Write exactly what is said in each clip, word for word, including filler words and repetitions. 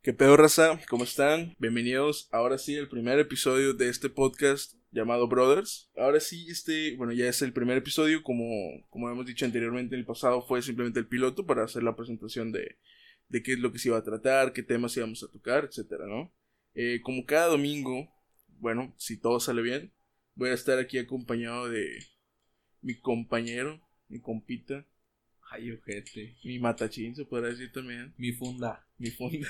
¿Qué pedo, raza? ¿Cómo están? Bienvenidos ahora sí al primer episodio de este podcast llamado Brothers. Ahora sí, este, bueno, ya es el primer episodio, como, como hemos dicho anteriormente, en el pasado fue simplemente el piloto para hacer la presentación de, de qué es lo que se iba a tratar, qué temas íbamos a tocar, etcétera, ¿no? Eh, como cada domingo, bueno, si todo sale bien, voy a estar aquí acompañado de mi compañero, mi compita, Ay, ojete. mi matachín, se podrá decir también, Mi funda. mi funda.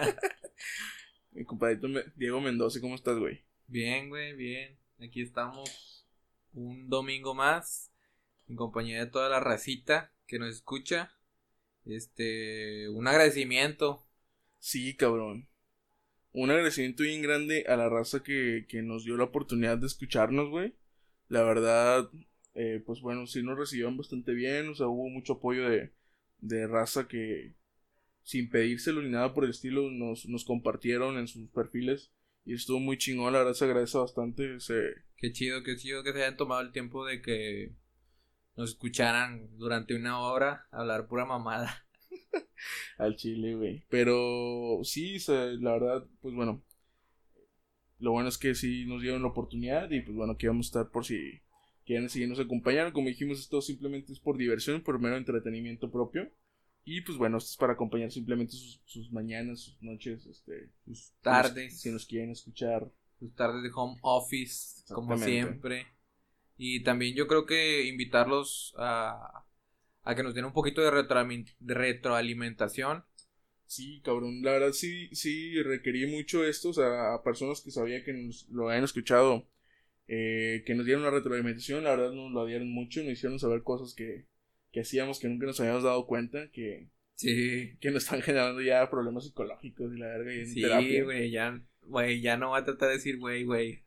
Mi compadrito Diego Mendoza, ¿cómo estás, güey? Bien, güey, bien. Aquí estamos un domingo más en compañía de toda la racita que nos escucha. Este, un agradecimiento. Sí, cabrón. Un agradecimiento bien grande a la raza que, que nos dio la oportunidad de escucharnos, güey. La verdad, eh, pues bueno, sí nos recibieron bastante bien. O sea, hubo mucho apoyo de, de raza que, sin pedírselo ni nada por el estilo, nos, nos compartieron en sus perfiles. Y estuvo muy chingón, la verdad se agradece bastante. Se... Qué chido, qué chido que se hayan tomado el tiempo de que nos escucharan durante una hora hablar pura mamada. Al chile, güey. Pero sí, se, la verdad, pues bueno. Lo bueno es que sí nos dieron la oportunidad. Y pues bueno, aquí vamos a estar por si quieren seguirnos acompañando. Como dijimos, esto simplemente es por diversión, por mero entretenimiento propio. Y pues bueno, esto es para acompañar simplemente sus, sus mañanas, sus noches, este, sus tardes. Si nos, si nos quieren escuchar. Sus tardes de home office, como siempre. Y también yo creo que invitarlos a, a que nos den un poquito de, retro, de retroalimentación. Sí, cabrón, la verdad sí, sí requerí mucho esto, o sea, a personas que sabía que nos lo habían escuchado, eh, que nos dieron una retroalimentación, la verdad nos lo dieron mucho, nos hicieron saber cosas que, que hacíamos que nunca nos habíamos dado cuenta, que, sí. que nos están generando ya problemas psicológicos y la verga y en sí, terapia. Sí, güey, ya, güey, ya no voy a tratar de decir güey, güey.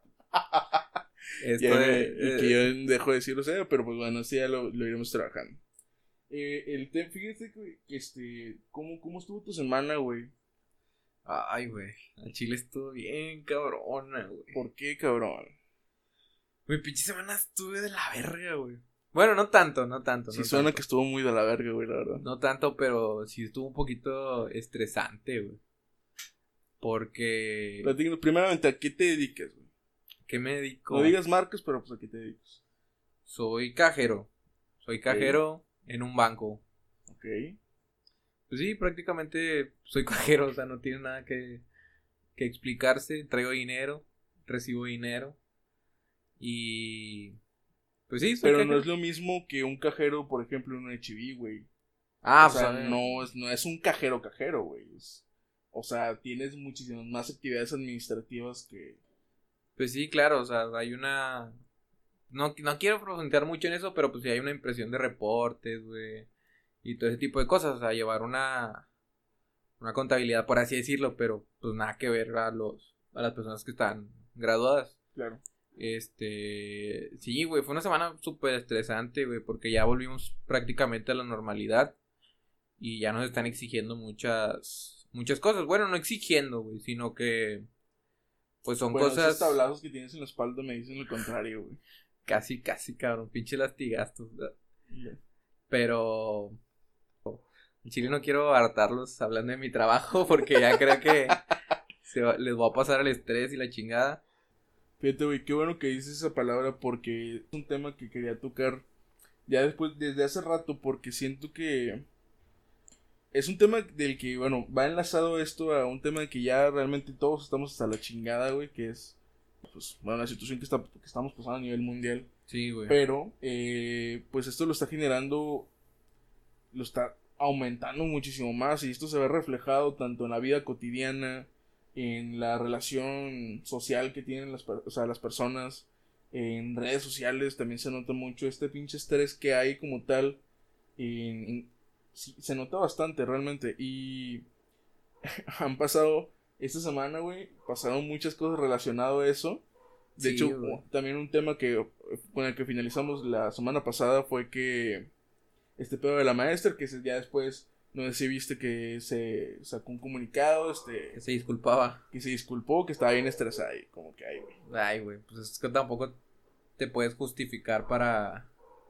Esto de, me, y que yo dejo de decirlo, o sea, pero pues bueno, así ya lo, lo iremos trabajando. Eh, el tema, fíjate que, este, ¿cómo, ¿cómo estuvo tu semana, güey? Ay, güey, al chile estuvo bien cabrona, güey. ¿Por qué, cabrón? Mi pinche semana estuve de la verga, güey. Bueno, no tanto, no tanto. Sí, no suena tanto. que estuvo muy de la verga, güey, la verdad. No tanto, pero sí estuvo un poquito estresante, güey. Porque... Platícanos, primeramente, ¿a qué te dedicas, güey? ¿Qué me dedico? No digas marcas, pero pues ¿a qué te dedicas? Soy cajero. Soy cajero okay. En un banco. Ok. Pues sí, prácticamente soy cajero, o sea, no tiene nada que, que explicarse. Traigo dinero, recibo dinero. Y... Pues sí, soy Pero cajero. no es lo mismo que un cajero, por ejemplo, en un H B, güey. Ah, o sea, pues, no es, no es un cajero cajero, güey. O sea, tienes muchísimas más actividades administrativas que... Pues sí, claro, o sea, hay una... No, no quiero profundizar mucho en eso, pero pues sí hay una impresión de reportes, güey. Y todo ese tipo de cosas, o sea, llevar una... Una contabilidad, por así decirlo, pero pues nada que ver a los... A las personas que están graduadas. Claro. Este... Sí, güey, fue una semana súper estresante, güey, porque ya volvimos prácticamente a la normalidad. Y ya nos están exigiendo muchas... Muchas cosas, bueno, no exigiendo, güey, sino que... Pues son bueno, cosas... esos tablazos que tienes en la espalda me dicen lo contrario, güey. Casi, casi, cabrón, pinche lastigastos. Yeah. Pero... En Chile no quiero hartarlos hablando de mi trabajo porque ya creo que se va, les va a pasar el estrés y la chingada. Fíjate, güey, qué bueno que dices esa palabra porque es un tema que quería tocar ya después, desde hace rato, porque siento que es un tema del que, bueno, va enlazado esto a un tema de que ya realmente todos estamos hasta la chingada, güey, que es, pues, bueno, la situación que, está, que estamos pasando a nivel mundial. Sí, güey. Pero, eh, pues esto lo está generando, lo está aumentando muchísimo más y esto se ve reflejado tanto en la vida cotidiana, en la relación social que tienen las, o sea, las personas, en redes sociales también se nota mucho este pinche estrés que hay como tal, en, en, sí, se nota bastante realmente y han pasado, esta semana, güey, pasaron muchas cosas relacionadas a eso. De sí, hecho, güey. También un tema que con el que finalizamos la semana pasada fue que este pedo de la maestra, que ya después, no sé si viste que se sacó un comunicado, este... Que se disculpaba. Que se disculpó, que estaba bien estresada y como que, ay, güey. Ay, güey, pues es que tampoco te puedes justificar para,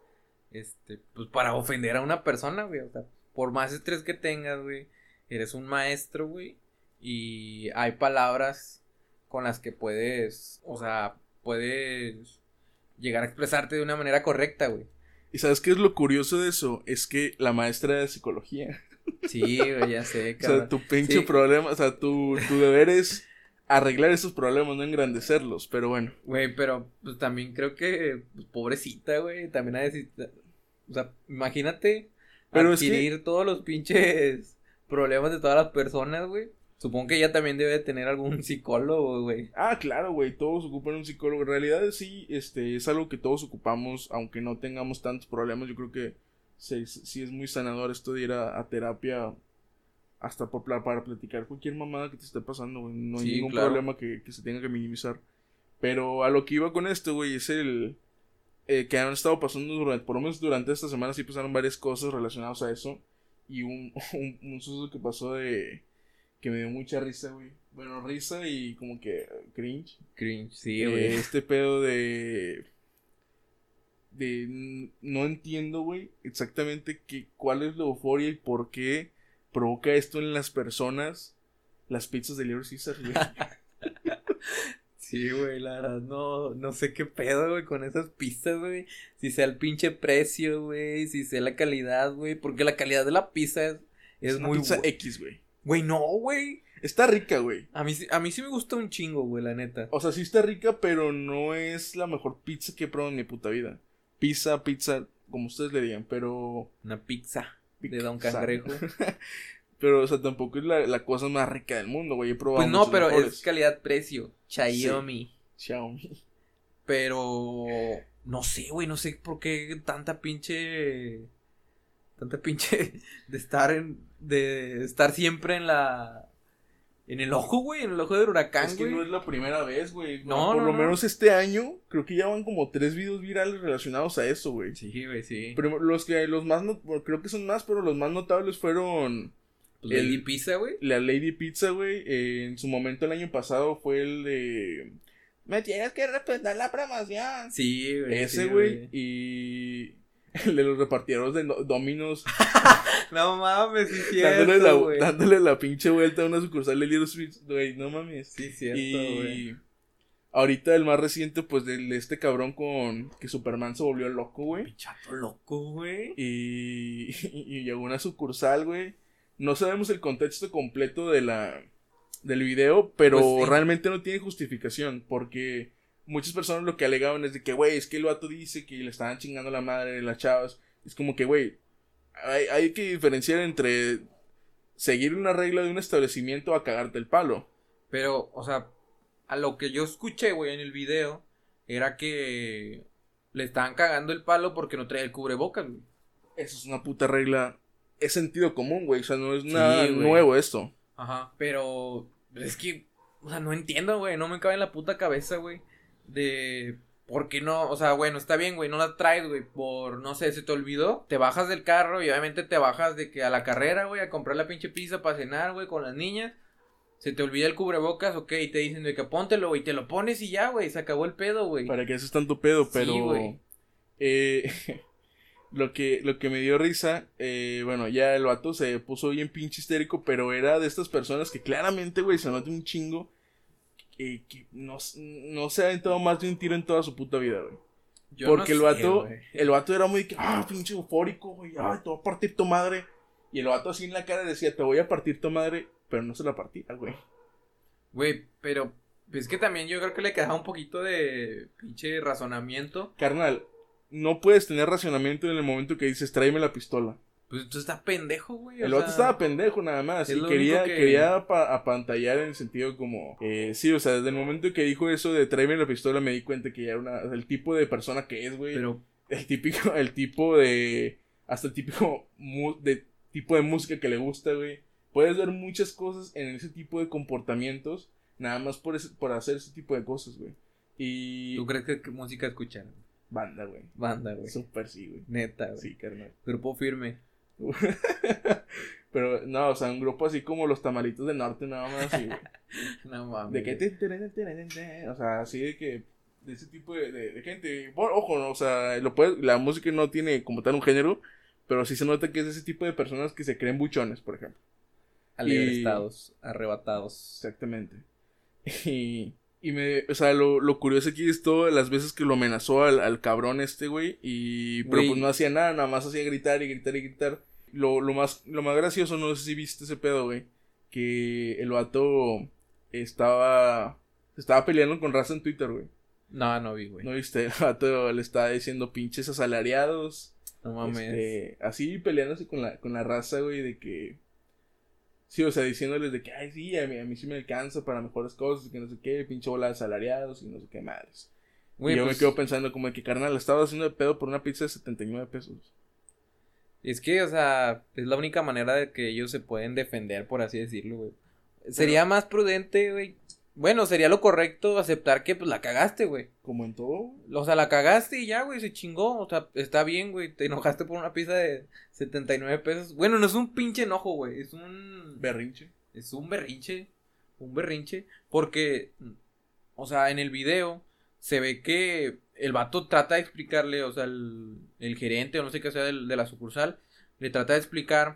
este, pues para ofender a una persona, güey, o sea, por más estrés que tengas, güey, eres un maestro, güey, y hay palabras con las que puedes, o sea, puedes llegar a expresarte de una manera correcta, güey. ¿Y sabes qué es lo curioso de eso? Es que la maestra de psicología. Sí, güey, ya sé, cabrón. O sea, tu pinche sí. problema, o sea, tu, tu deber es arreglar esos problemas, no engrandecerlos, pero bueno. Güey, pero pues también creo que, pues, pobrecita, güey, también ha de, o sea, imagínate pero adquirir es que... todos los pinches problemas de todas las personas, güey. Supongo que ella también debe de tener algún psicólogo, güey. Ah, claro, güey, todos ocupan un psicólogo. En realidad sí, este, es algo que todos ocupamos, aunque no tengamos tantos problemas. Yo creo que sí, sí es muy sanador esto de ir a, a terapia hasta por, para platicar cualquier mamada que te esté pasando, güey. No hay Sí, ningún claro. problema que, que se tenga que minimizar. Pero a lo que iba con esto, güey, es el... Eh, que han estado pasando durante, por lo menos durante esta semana sí pasaron varias cosas relacionadas a eso. Y un, un, un suceso que pasó de... que me dio mucha risa, güey. Bueno, risa y como que cringe. Cringe, sí, Eh, güey. este pedo de... De... n- No entiendo, güey, exactamente que, cuál es la euforia y por qué provoca esto en las personas las pizzas de Little Caesar, güey. Sí, güey, la verdad, no, no sé qué pedo, güey, con esas pizzas, güey. Si sea el pinche precio, güey, si sea la calidad, güey, porque la calidad de la pizza es, es, Es una muy pizza bu- X, güey. Güey, no, güey. Está rica, güey. A mí, sí- a mí sí me gusta un chingo, güey, la neta. O sea, sí está rica, pero no es la mejor pizza que he probado en mi puta vida. Pizza, pizza, como ustedes le digan, pero... Una pizza de Pizza. Don Cangrejo. Pero, o sea, tampoco es la, la cosa más rica del mundo, güey. He probado Pues no, muchas pero mejores. es calidad-precio. Xiaomi. Xiaomi. Pero no sé, güey, no sé por qué tanta pinche tanta pinche de estar en de estar siempre en la en el ojo, güey, en el ojo del huracán, Es que güey. no es la primera vez, güey. No, Por no, lo no. menos este año, creo que ya van como tres videos virales relacionados a eso, güey. Sí, güey, sí. Pero los que, los más, no- bueno, creo que son más, pero los más notables fueron Pues el- Lady Pizza, güey. la Lady Pizza, güey. Eh, en su momento el año pasado fue el de... Me tienes que respetar la promoción. Sí, güey. Ese, sí, güey. Y el de los repartidores de no- Domino's. No mames, sí dándole, cierto, la, güey. dándole la pinche vuelta a una sucursal de Little Sweets, güey. No mames. Sí, cierto, Y güey. ahorita el más reciente, pues, de este cabrón con que Superman se volvió loco, güey. Pichato loco, güey. Y, y llegó una sucursal, güey. No sabemos el contexto completo de la del video, pero Pues sí. realmente no tiene justificación, porque muchas personas lo que alegaban es de que, güey, es que el vato dice que le estaban chingando la madre de las chavas. Es como que, güey, hay, hay que diferenciar entre seguir una regla de un establecimiento a cagarte el palo. Pero, o sea, a lo que yo escuché, güey, en el video, era que le estaban cagando el palo porque no traía el cubrebocas, güey. Eso es una puta regla. Es sentido común, güey. O sea, no es Sí, nada güey. nuevo esto. Ajá. Pero es que, o sea, no entiendo, güey, no me cabe en la puta cabeza, güey, de por qué no, o sea, bueno, está bien, güey, no la traes, güey, por, no sé, se te olvidó, te bajas del carro y obviamente te bajas de que a la carrera, güey, a comprar la pinche pizza para cenar, güey, con las niñas. Se te olvida el cubrebocas, ok, y te dicen de que póntelo, güey, te lo pones y ya, güey, se acabó el pedo, güey. Para que haces tanto pedo, Sí, pero... güey. eh, lo, que, lo que me dio risa, eh, bueno, ya el vato se puso bien pinche histérico, pero era de estas personas que claramente, güey, se nota un chingo, que, que no, no se ha aventado más de un tiro en toda su puta vida, güey. Yo Porque no el sé, vato, güey. el vato era muy, ah, pinche eufórico, güey, ay, te voy a partir tu madre. Y el vato así en la cara decía, te voy a partir tu madre, pero no se la partía, güey. Güey, pero es que también yo creo que le quedaba un poquito de pinche razonamiento. Carnal, no puedes tener racionamiento en el momento que dices, tráeme la pistola. Pues tú estás pendejo, güey. o El vato sea, estaba pendejo nada más. es Y lo quería, único que- quería apa- apantallar en el sentido como... Eh, sí, o sea, desde el momento que dijo eso de tráeme la pistola me di cuenta que ya era una, el tipo de persona que es, güey. Pero, El típico, el tipo de... Hasta el típico mu- de tipo de música que le gusta, güey. Puedes ver muchas cosas en ese tipo de comportamientos. Nada más por, ese- por hacer ese tipo de cosas, güey. Y... ¿tú crees que qué música escuchan? Banda, güey. Banda, güey. Súper sí, güey. Neta, güey. Sí, carnal. Grupo firme. Pero, no, o sea, un grupo así como los Tamalitos del Norte, nada más así, güey. No mames. De que... te- te- te- te- te- te- O sea, así de que... De ese tipo de, de, de gente. Bueno, ojo, ¿no? O sea, lo puede, la música no tiene como tal un género, pero sí se nota que es ese tipo de personas que se creen buchones, por ejemplo. Alebrestados, y... arrebatados. Exactamente. Y, y me, o sea, lo, lo curioso aquí es todas las veces que lo amenazó al, al cabrón este, güey. Y, pero Güey. pues no hacía nada, nada más hacía gritar y gritar y gritar. Lo, lo más, lo más gracioso, no sé si viste ese pedo, güey. Que el vato estaba, estaba peleando con raza en Twitter, güey. No, no vi, güey. ¿No viste? El vato le estaba diciendo pinches asalariados. No mames. Este, así peleándose con la, con la raza, güey, de que... Sí, o sea, diciéndoles de que, ay, sí, a mí, a mí sí me alcanza para mejores cosas, que no sé qué, pinche bola de asalariados y no sé qué madres. Güey, y yo pues, me quedo pensando como de que, carnal, estaba haciendo de pedo por una pizza de setenta y nueve pesos. Es que, o sea, es la única manera de que ellos se pueden defender, por así decirlo, güey. Sería más prudente, güey. Bueno, sería lo correcto aceptar que, pues, la cagaste, güey. Como en todo. O sea, la cagaste y ya, güey, se chingó. O sea, está bien, güey. Te enojaste por una pizza de setenta y nueve pesos. Bueno, no es un pinche enojo, güey. Es un... Berrinche. Es un berrinche. Un berrinche. Porque, o sea, en el video se ve que el vato trata de explicarle, o sea, el, el gerente o no sé qué sea de, de la sucursal, le trata de explicar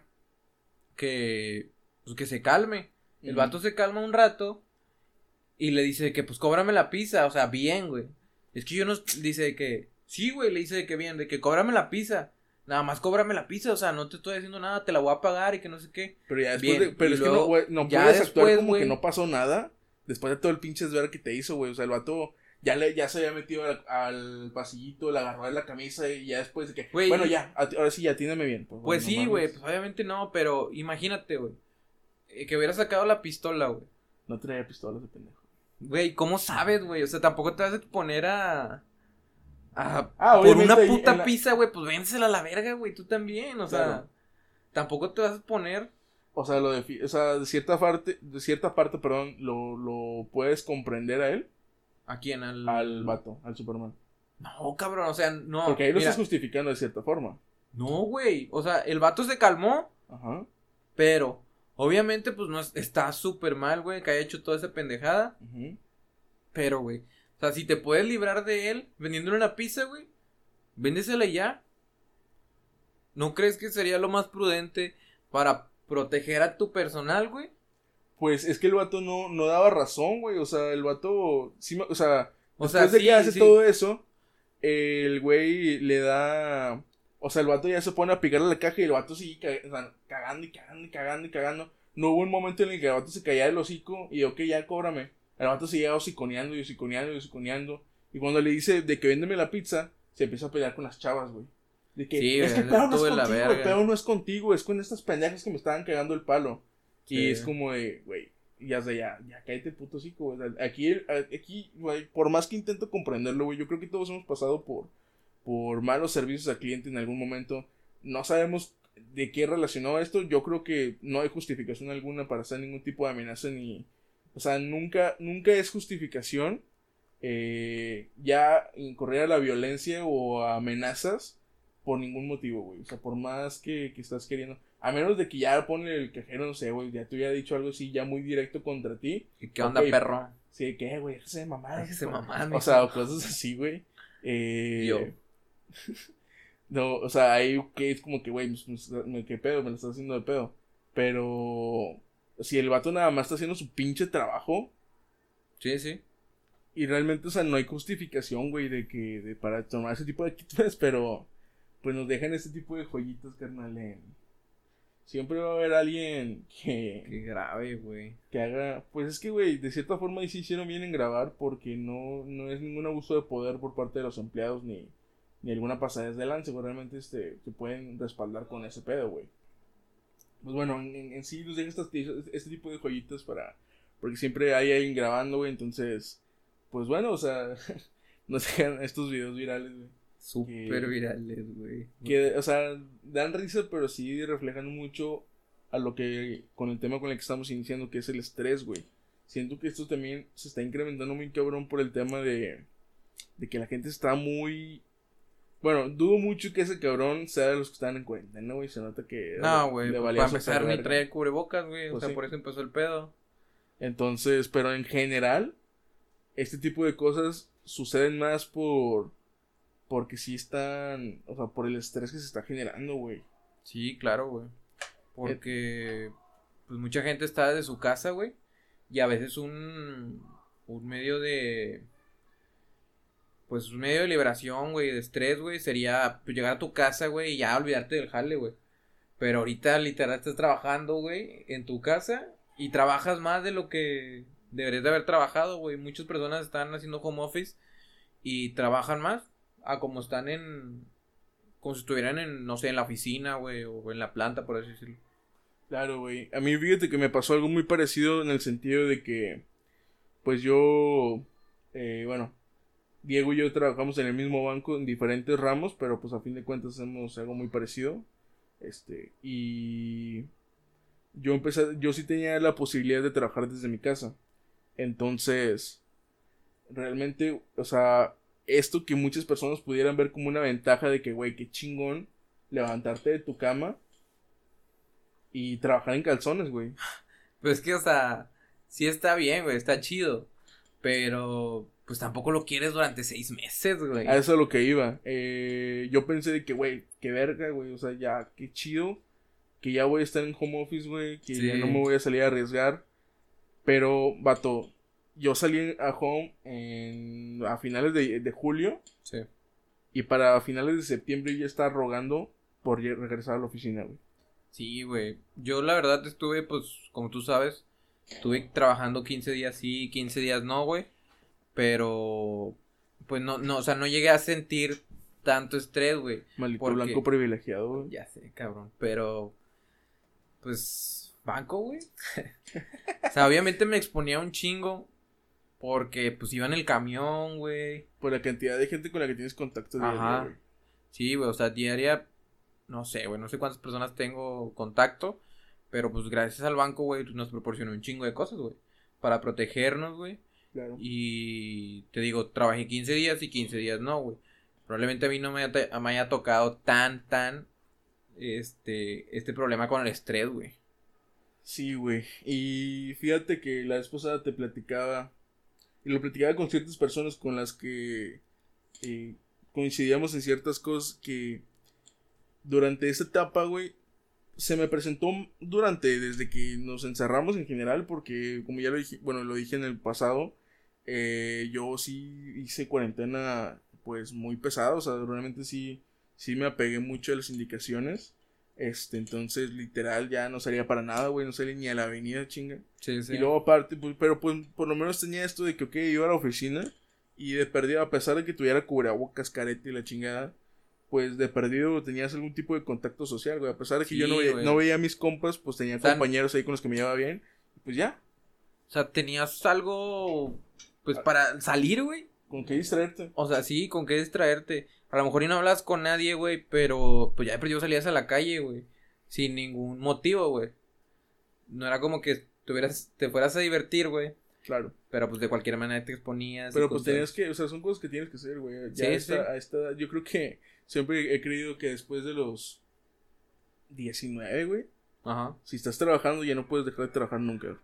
que, pues, que se calme. El mm. vato se calma un rato y le dice que, pues, cóbrame la pizza, o sea, bien, güey. Es que yo no, dice que, sí, güey, le dice que bien, de que cóbrame la pizza. Nada más cóbrame la pizza, o sea, no te estoy haciendo nada, te la voy a pagar y que no sé qué. Pero ya después de, pero es luego, que no, güey, no puedes después, actuar como wey, que no pasó nada después de todo el pinche desvelo que te hizo, güey. O sea, el vato ya le, ya se había metido al, al pasillito, le agarró de la camisa y ya después de que, wey, bueno, ya, ahora sí, ya, atiéndeme bien. Pues, pues bueno, sí, güey, pues obviamente no, pero imagínate, güey, eh, que hubiera sacado la pistola, güey. No traía pistolas de pendejo. Güey, ¿cómo sabes, güey? O sea, tampoco te vas a exponer a... a ah, por una puta la... pizza, güey, pues vénsela a la verga, güey, tú también, o claro. sea, tampoco te vas a exponer. O sea, lo de, o sea, de cierta parte, de cierta parte, perdón, lo, lo puedes comprender a él. ¿A quién? Al... Al vato, al Superman. No, cabrón, o sea, no. Porque ahí lo mira, estás justificando de cierta forma. No, güey, o sea, el vato se calmó. Ajá. Pero, obviamente, pues, no es, está súper mal, güey, que haya hecho toda esa pendejada. Uh-huh. Pero, güey, o sea, si te puedes librar de él vendiéndole una pizza, güey, véndesela ya. ¿No crees que sería lo más prudente para proteger a tu personal, güey? Pues es que el vato no, no daba razón, güey. O sea, el vato. Sí, o sea, o después sea, de sí, que hace sí. todo eso, el güey le da. O sea, el vato ya se pone a picarle la caja y el vato sigue cag- o sea, cagando y cagando y cagando y cagando. No hubo un momento en el que el vato se caía del hocico y, ok, ya cóbrame. El vato seguía hociconeando y hociconeando y hociconeando. Y cuando le dice de que véndeme la pizza, se empieza a pelear con las chavas, güey. De que, sí, es que el pedo no es contigo, verga. el pedo no es contigo, es con estas pendejas que me estaban cagando el palo. Sí. Y es como de, güey, ya sé, ya, ya cállate puto hocico, güey. Aquí, aquí, güey, por más que intento comprenderlo, güey, yo creo que todos hemos pasado por, por malos servicios al cliente en algún momento. No sabemos de qué relacionado esto. Yo creo que no hay justificación alguna para hacer ningún tipo de amenaza ni... O sea, nunca, nunca es justificación eh, ya incurrir a la violencia o a amenazas por ningún motivo, güey. O sea, por más que, que estás queriendo... A menos de que ya pone el cajero, no sé, güey, ya te hubiera dicho algo así ya muy directo contra ti. ¿Y qué onda, okay, perro? Sí, ¿qué, güey? Déjese de mamá. Déjese de mamá, o sea, o cosas así, güey. Eh... Yo. No, o sea, ahí que es como que, güey, me, qué pedo, me lo estás haciendo de pedo. Pero... Si el vato nada más está haciendo su pinche trabajo. Sí, sí. Y realmente, o sea, no hay justificación, güey, de que... De, para tomar ese tipo de actitudes, pero... Pues nos dejan este tipo de joyitas, carnal, en... Siempre va a haber alguien que... Qué grave, güey. Que haga... Pues es que, güey, de cierta forma ahí sí hicieron bien en grabar porque no, no es ningún abuso de poder por parte de los empleados ni, ni alguna pasada de lance, güey. Realmente este, se pueden respaldar con ese pedo, güey. Pues bueno, en, en sí nos dejan estas, este tipo de joyitas para... Porque siempre hay alguien grabando, güey, entonces... Pues bueno, o sea... nos dejan estos videos virales, güey. Súper que, virales, güey. Que, o sea, dan risa, pero sí reflejan mucho a lo que, con el tema con el que estamos iniciando, que es el estrés, güey. Siento que esto también se está incrementando muy cabrón por el tema de, de que la gente está muy... Bueno, dudo mucho que ese cabrón sea de los que están en cuarentena, güey. Se nota que... No, güey, pues para empezar ni trae cubrebocas, güey. Pues o sea, sí. Por eso empezó el pedo. Entonces, pero en general, este tipo de cosas suceden más por... Porque sí están... O sea, por el estrés que se está generando, güey. Sí, claro, güey. Porque... Eh, pues mucha gente está desde su casa, güey. Y a veces un, un medio de, pues un medio de liberación, güey, de estrés, güey, sería pues, llegar a tu casa, güey, y ya olvidarte del jale, güey. Pero ahorita literal estás trabajando, güey, en tu casa y trabajas más de lo que deberías de haber trabajado, güey. Muchas personas están haciendo home office y trabajan más a como están en, como si estuvieran en, no sé, en la oficina, güey, o en la planta, por así decirlo. Claro, güey. A mí fíjate que me pasó algo muy parecido en el sentido de que, pues yo, eh, bueno, Diego y yo trabajamos en el mismo banco en diferentes ramos, pero pues a fin de cuentas hacemos algo muy parecido. Este, y yo empecé, yo sí tenía la posibilidad de trabajar desde mi casa. Entonces, realmente, o sea, esto que muchas personas pudieran ver como una ventaja de que, güey, qué chingón levantarte de tu cama y trabajar en calzones, güey. Pues es que, o sea, sí está bien, güey, está chido. Pero, pues tampoco lo quieres durante seis meses, güey. A eso es lo que iba. Eh, yo pensé de que, güey, qué verga, güey. O sea, ya, qué chido. Que ya voy a estar en home office, güey. Que Sí. ya no me voy a salir a arriesgar. Pero, vato, yo salí a home en, a finales de, de julio. Sí. Y para finales de septiembre ya estaba rogando por ye- regresar a la oficina, güey. Sí, güey. Yo la verdad estuve, pues, como tú sabes, estuve trabajando quince días sí, quince días no, güey. Pero, pues no, no, o sea, no llegué a sentir tanto estrés, güey. Maldito Porque, blanco privilegiado, güey. ya sé, cabrón. Pero, pues, banco, güey. O sea, obviamente me exponía un chingo. Porque, pues, iba en el camión, güey. Por la cantidad de gente con la que tienes contacto diario, Ajá. güey. Sí, güey, o sea, diaria, no sé, güey, no sé cuántas personas tengo contacto. Pero, pues, gracias al banco, güey, nos proporcionó un chingo de cosas, güey. Para protegernos, güey. Claro. Y te digo, trabajé quince días y quince días no, güey. Probablemente a mí no me haya, me haya tocado tan, tan, este, este problema con el estrés, güey. Sí, güey. Y fíjate que la vez pasada te platicaba. Y lo platicaba con ciertas personas con las que eh, coincidíamos en ciertas cosas que durante esta etapa, güey, se me presentó durante, desde que nos encerramos en general, porque como ya lo dije, bueno, lo dije en el pasado, eh, yo sí hice cuarentena, pues, muy pesada, o sea, realmente sí, sí me apegué mucho a las indicaciones, este, entonces, literal, ya no salía para nada, güey, no salía ni a la avenida, chinga. Sí, sí. Y luego aparte, pues, pero pues por lo menos tenía esto de que, ok, iba a la oficina y de perdido, a pesar de que tuviera cubrebocas, careta y la chingada, pues de perdido tenías algún tipo de contacto social, güey. A pesar de que Sí, yo no veía, güey. no veía a mis compas, pues tenía O sea, compañeros ahí con los que me llevaba bien. Y pues ya, O sea, tenías algo, pues, Ah. para salir, güey. con qué distraerte. O sea, sí, con qué distraerte. A lo mejor y no hablas con nadie, güey, pero pues ya de perdido salías a la calle, güey. Sin ningún motivo, güey. No era como que tuvieras, te fueras a divertir, güey. Claro. Pero pues de cualquier manera te exponías. y Pero pues cosas. tenías que, o sea, son cosas que tienes que hacer, güey. Ya Sí, a esta, sí. a esta edad, yo creo que siempre he creído que después de los diecinueve, güey, Ajá. si estás trabajando ya no puedes dejar de trabajar nunca.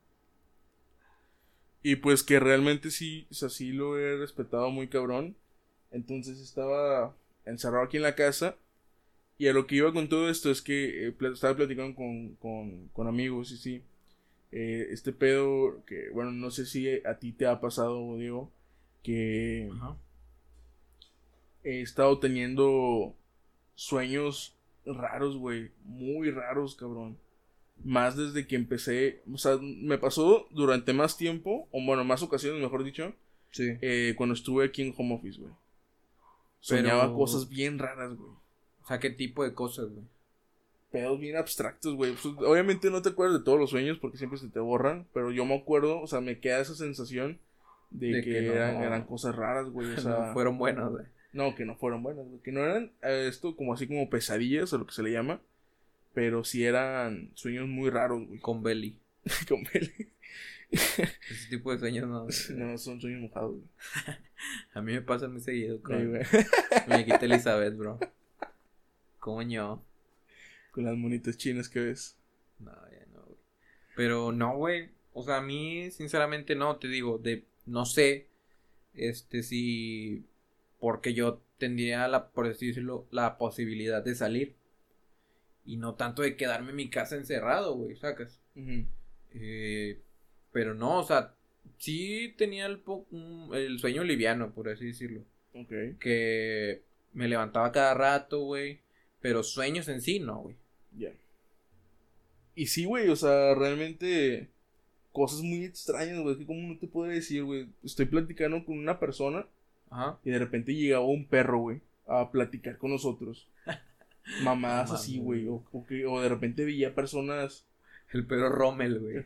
Y pues que realmente sí, o sea, sí lo he respetado muy cabrón. Entonces estaba encerrado aquí en la casa. Y a lo que iba con todo esto es que eh, pla- estaba platicando con, con, con amigos y sí. Eh, este pedo que, bueno, no sé si a ti te ha pasado, Diego, que Ajá. he estado teniendo sueños raros, güey. Muy raros, cabrón. Más desde que empecé, o sea, me pasó durante más tiempo, o bueno, más ocasiones, mejor dicho, Sí. eh, cuando estuve aquí en home office, güey. Soñaba Pero- cosas bien raras, güey. O sea, ¿qué tipo de cosas, güey? Pedos bien abstractos, güey. Pues, obviamente no te acuerdas de todos los sueños porque siempre se te borran, pero yo me acuerdo, o sea, me queda esa sensación de, De que, que no. eran, eran cosas raras, güey. O sea, No fueron buenos, güey. no, que no fueron buenas, güey. Que no eran eh, esto como así como pesadillas o lo que se le llama, pero sí eran sueños muy raros, güey. Con Belly. Con Beli. Ese tipo de sueños no. No, son sueños mojados, güey. A mí me pasa muy seguido Ay, con güey. muñequita Elizabeth, bro. Coño. Con las monitas chinas que ves. No, ya no, güey. Pero no, güey. O sea, a mí, sinceramente, no, te digo, de, no sé, este, si, porque yo tendría la, por así decirlo, la posibilidad de salir. y no tanto de quedarme en mi casa encerrado, güey, sacas. Uh-huh. Eh, pero no, o sea, sí tenía el, po- un- el sueño liviano, por así decirlo. Ok. Que me levantaba cada rato, güey, pero sueños en sí, no, güey. Ya. Yeah. Y sí, güey, o sea, realmente cosas muy extrañas, güey. Es que como no te puedo decir, güey. Estoy platicando con una persona. Ajá. Y de repente llegaba un perro, güey, a platicar con nosotros. Mamadas No así, mames, güey. O, o, que- o de repente veía personas. El perro Rommel, güey.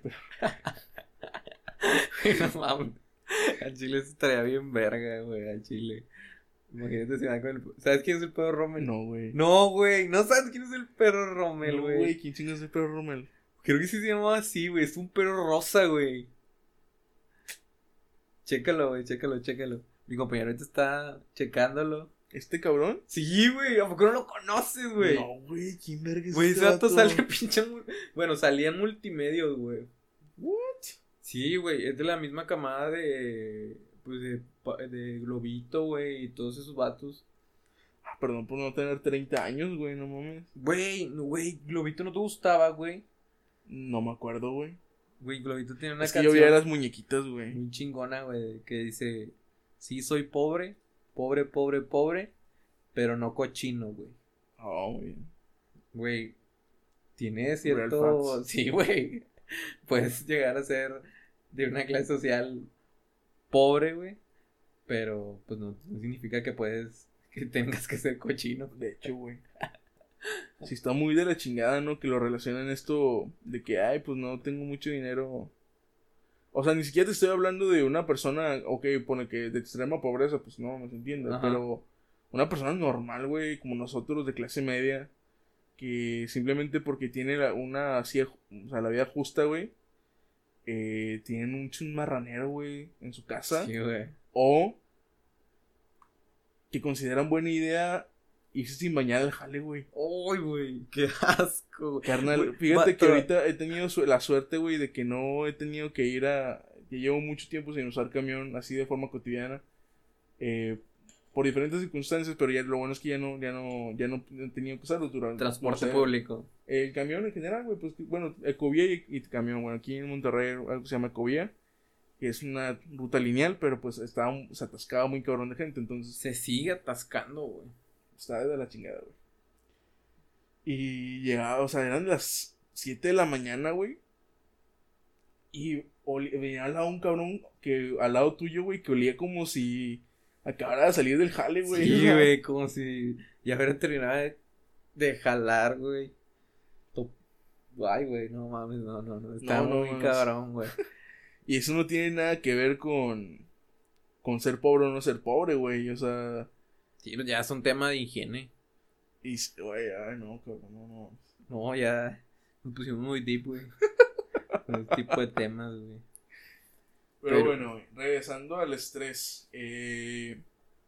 No mames. Al chile eso estaría bien verga, güey, al chile. Imagínate si van con el... ¿Sabes quién es el perro Rommel? No, güey. No, güey, no sabes quién es el perro Rommel, No, güey. güey, ¿quién chingas es el perro Rommel? Creo que sí se llamaba así, güey. Es un perro rosa, güey. Chécalo, güey, chécalo, chécalo. Mi compañero ahorita está checándolo. ¿Este cabrón? Sí, güey, ¿a poco no lo conoces, güey? No, güey, ¿quién verga es Güey, este ese dato vato? sale pinche... mu- Bueno, salía en multimedios, güey. What? Sí, güey, es de la misma camada de... Pues de, pa- de Globito, güey, y todos esos vatos. Ah, perdón por no tener treinta años, güey, no mames. Güey, no, güey, Globito no te gustaba, güey. No me acuerdo, güey. Güey, Globito tiene una Es que yo canción veía las muñequitas, güey. muy chingona, güey, que dice... Sí, soy pobre, pobre, pobre, pobre, pero no cochino, güey. Oh, güey. Güey, tiene Real cierto... facts. Sí, güey. Puedes llegar a ser de una clase social pobre, güey. Pero, pues, no, no significa que puedes... Que tengas que ser cochino. De hecho, güey. Sí está muy de la chingada, ¿no? Que lo relacionan esto de que, ay, pues no tengo mucho dinero. O sea, ni siquiera te estoy hablando de una persona, ok, pone que de extrema pobreza, pues no, no se entiende. Ajá. Pero una persona normal, güey, como nosotros de clase media, que simplemente porque tiene la- una así, o sea, la vida justa, güey, eh, tienen un, un marranero, güey, en su casa. Sí, güey. O que consideran buena idea irse sin bañar al jale, güey. ¡Ay, güey! ¡Qué asco, güey! Carnal, Güey, fíjate va- que pero- ahorita he tenido su- la suerte, güey, de que no he tenido que ir a... Que llevo mucho tiempo sin usar camión así de forma cotidiana. Eh, por diferentes circunstancias, pero ya lo bueno es que ya no, ya no, ya no he tenido que usarlo durante... Transporte no sé, público. El camión en general, güey, pues, que- bueno, Ecovía y, y camión, bueno, aquí en Monterrey algo que se llama Ecovía, que es una ruta lineal, pero pues estaba, se atascaba muy cabrón de gente, entonces Se sigue atascando, güey. estaba de la chingada, güey. Y llegaba, o sea, eran las siete de la mañana, güey. Y oli- venía al lado un cabrón que al lado tuyo, güey, que olía como si acabara de salir del jale, güey. O Sí, sea, güey, como si ya hubiera terminado de, de jalar, güey. To- Ay, güey, no mames, no, no, no. Está No, no muy mames. cabrón, güey. Y eso no tiene nada que ver con, con ser pobre o no ser pobre, güey. O sea, Sí, pues ya es un tema de higiene. y, s- güey, ay, no, cabrón, no, no. No, ya nos pusimos muy deep, güey. Con ese tipo de temas, güey. Pero, Pero- bueno, güey, regresando al estrés. Eh,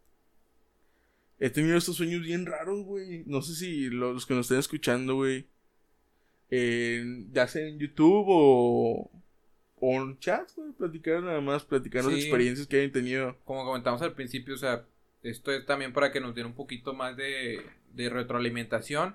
he tenido estos sueños bien raros, güey. No sé si lo- los que nos estén escuchando, güey. eh, ya sea en YouTube o, o en chat, güey. Platicar nada más, platicar las Sí. experiencias que hayan tenido. Como comentamos al principio, o sea, esto es también para que nos den un poquito más de, de retroalimentación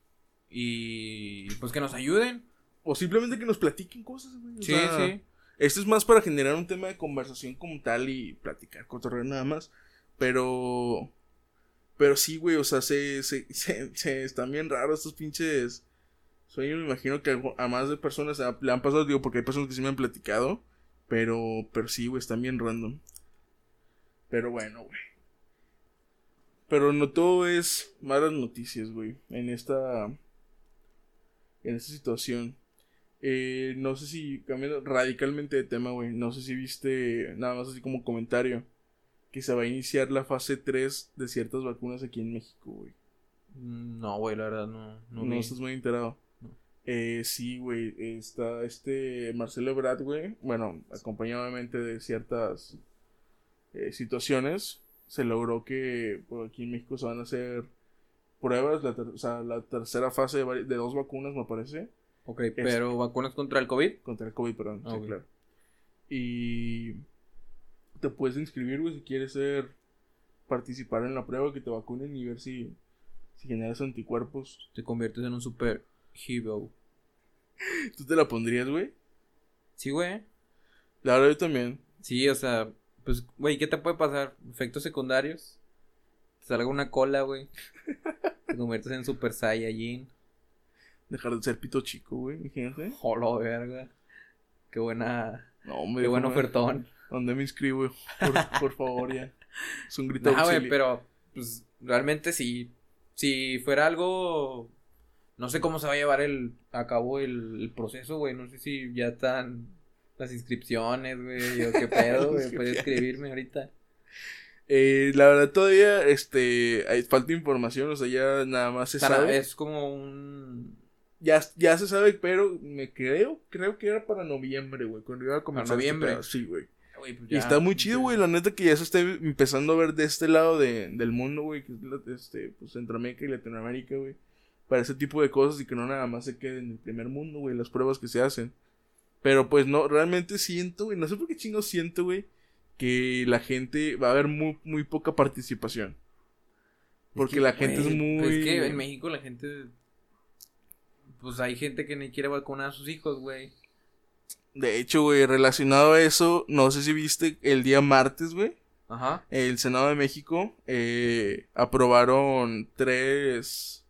y pues que nos ayuden. O simplemente que nos platiquen cosas, güey. O Sí, sea, sí. esto es más para generar un tema de conversación como tal y platicar, cotorreo nada más. Pero. Pero sí, güey, o sea, se, se, se, se- están bien raros estos pinches sueños. Me imagino que algo- a más de personas a- le han pasado, digo, porque hay personas que sí me han platicado. Pero, pero sí, güey, están bien random. Pero bueno, güey. Pero no todo es malas noticias, güey, en esta. En esta situación. Eh, no sé si, cambiando radicalmente de tema, güey, no sé si viste, nada más así como comentario, que se va a iniciar la fase tres de ciertas vacunas aquí en México, güey. Mm, No, güey, la verdad no, no, No, vi. estás muy enterado. No. Eh, sí, güey, está este Marcelo Ebrard, güey, bueno, acompañado obviamente de ciertas eh, situaciones, se logró que pues, aquí en México se van a hacer pruebas, la ter- o sea, la tercera fase de, vari- de dos vacunas, me parece. Ok, pero vacunas contra el COVID. Contra el COVID, perdón. Ah, Sí, ok. claro. Y te puedes inscribir, güey, si quieres ser participar en la prueba, que te vacunen y ver si, Si generas anticuerpos. Te conviertes en un super hero. ¿Tú te la pondrías, güey? Sí, güey. La verdad, yo también. Sí, o sea, pues, güey, ¿qué te puede pasar? Efectos secundarios. Te salga una cola, güey. Te conviertes en super saiyajin. Dejar de ser pito chico, güey, imagínate. Hola, verga. Qué buena. No, hombre. Qué buen déjame- ofertón. ¿Dónde me inscribo? Por, por favor, ya. Es un grito No, güey, auxilio. pero, pues, realmente sí. Si fuera algo. No sé cómo se va a llevar el a cabo el, el proceso, güey. No sé si ya están las inscripciones, güey. O qué pedo, güey. Puedes escribirme ahorita. Eh, la verdad, todavía, este, hay falta información, o sea, ya nada más se O sea, sabe. es como un. Ya, ya se sabe, pero me creo, creo que era para noviembre, güey, cuando iba a comenzar. este noviembre? pedo. Sí, güey. Güey, pues Y ya, está muy chido, ya. güey, la neta que ya se está empezando a ver de este lado de, del mundo, güey, que es la- este, pues Centroamérica y Latinoamérica, güey, para ese tipo de cosas y que no nada más se quede en el primer mundo, güey, las pruebas que se hacen. Pero pues no, realmente siento, güey, no sé por qué chingo siento, güey, que la gente va a haber muy, muy poca participación. Porque que, la gente güey, es muy... pues es que en México la gente. Pues hay gente que ni quiere vacunar a sus hijos, güey. De hecho, güey, relacionado a eso, no sé si viste el día martes, güey, Ajá. el Senado de México eh, aprobaron tres...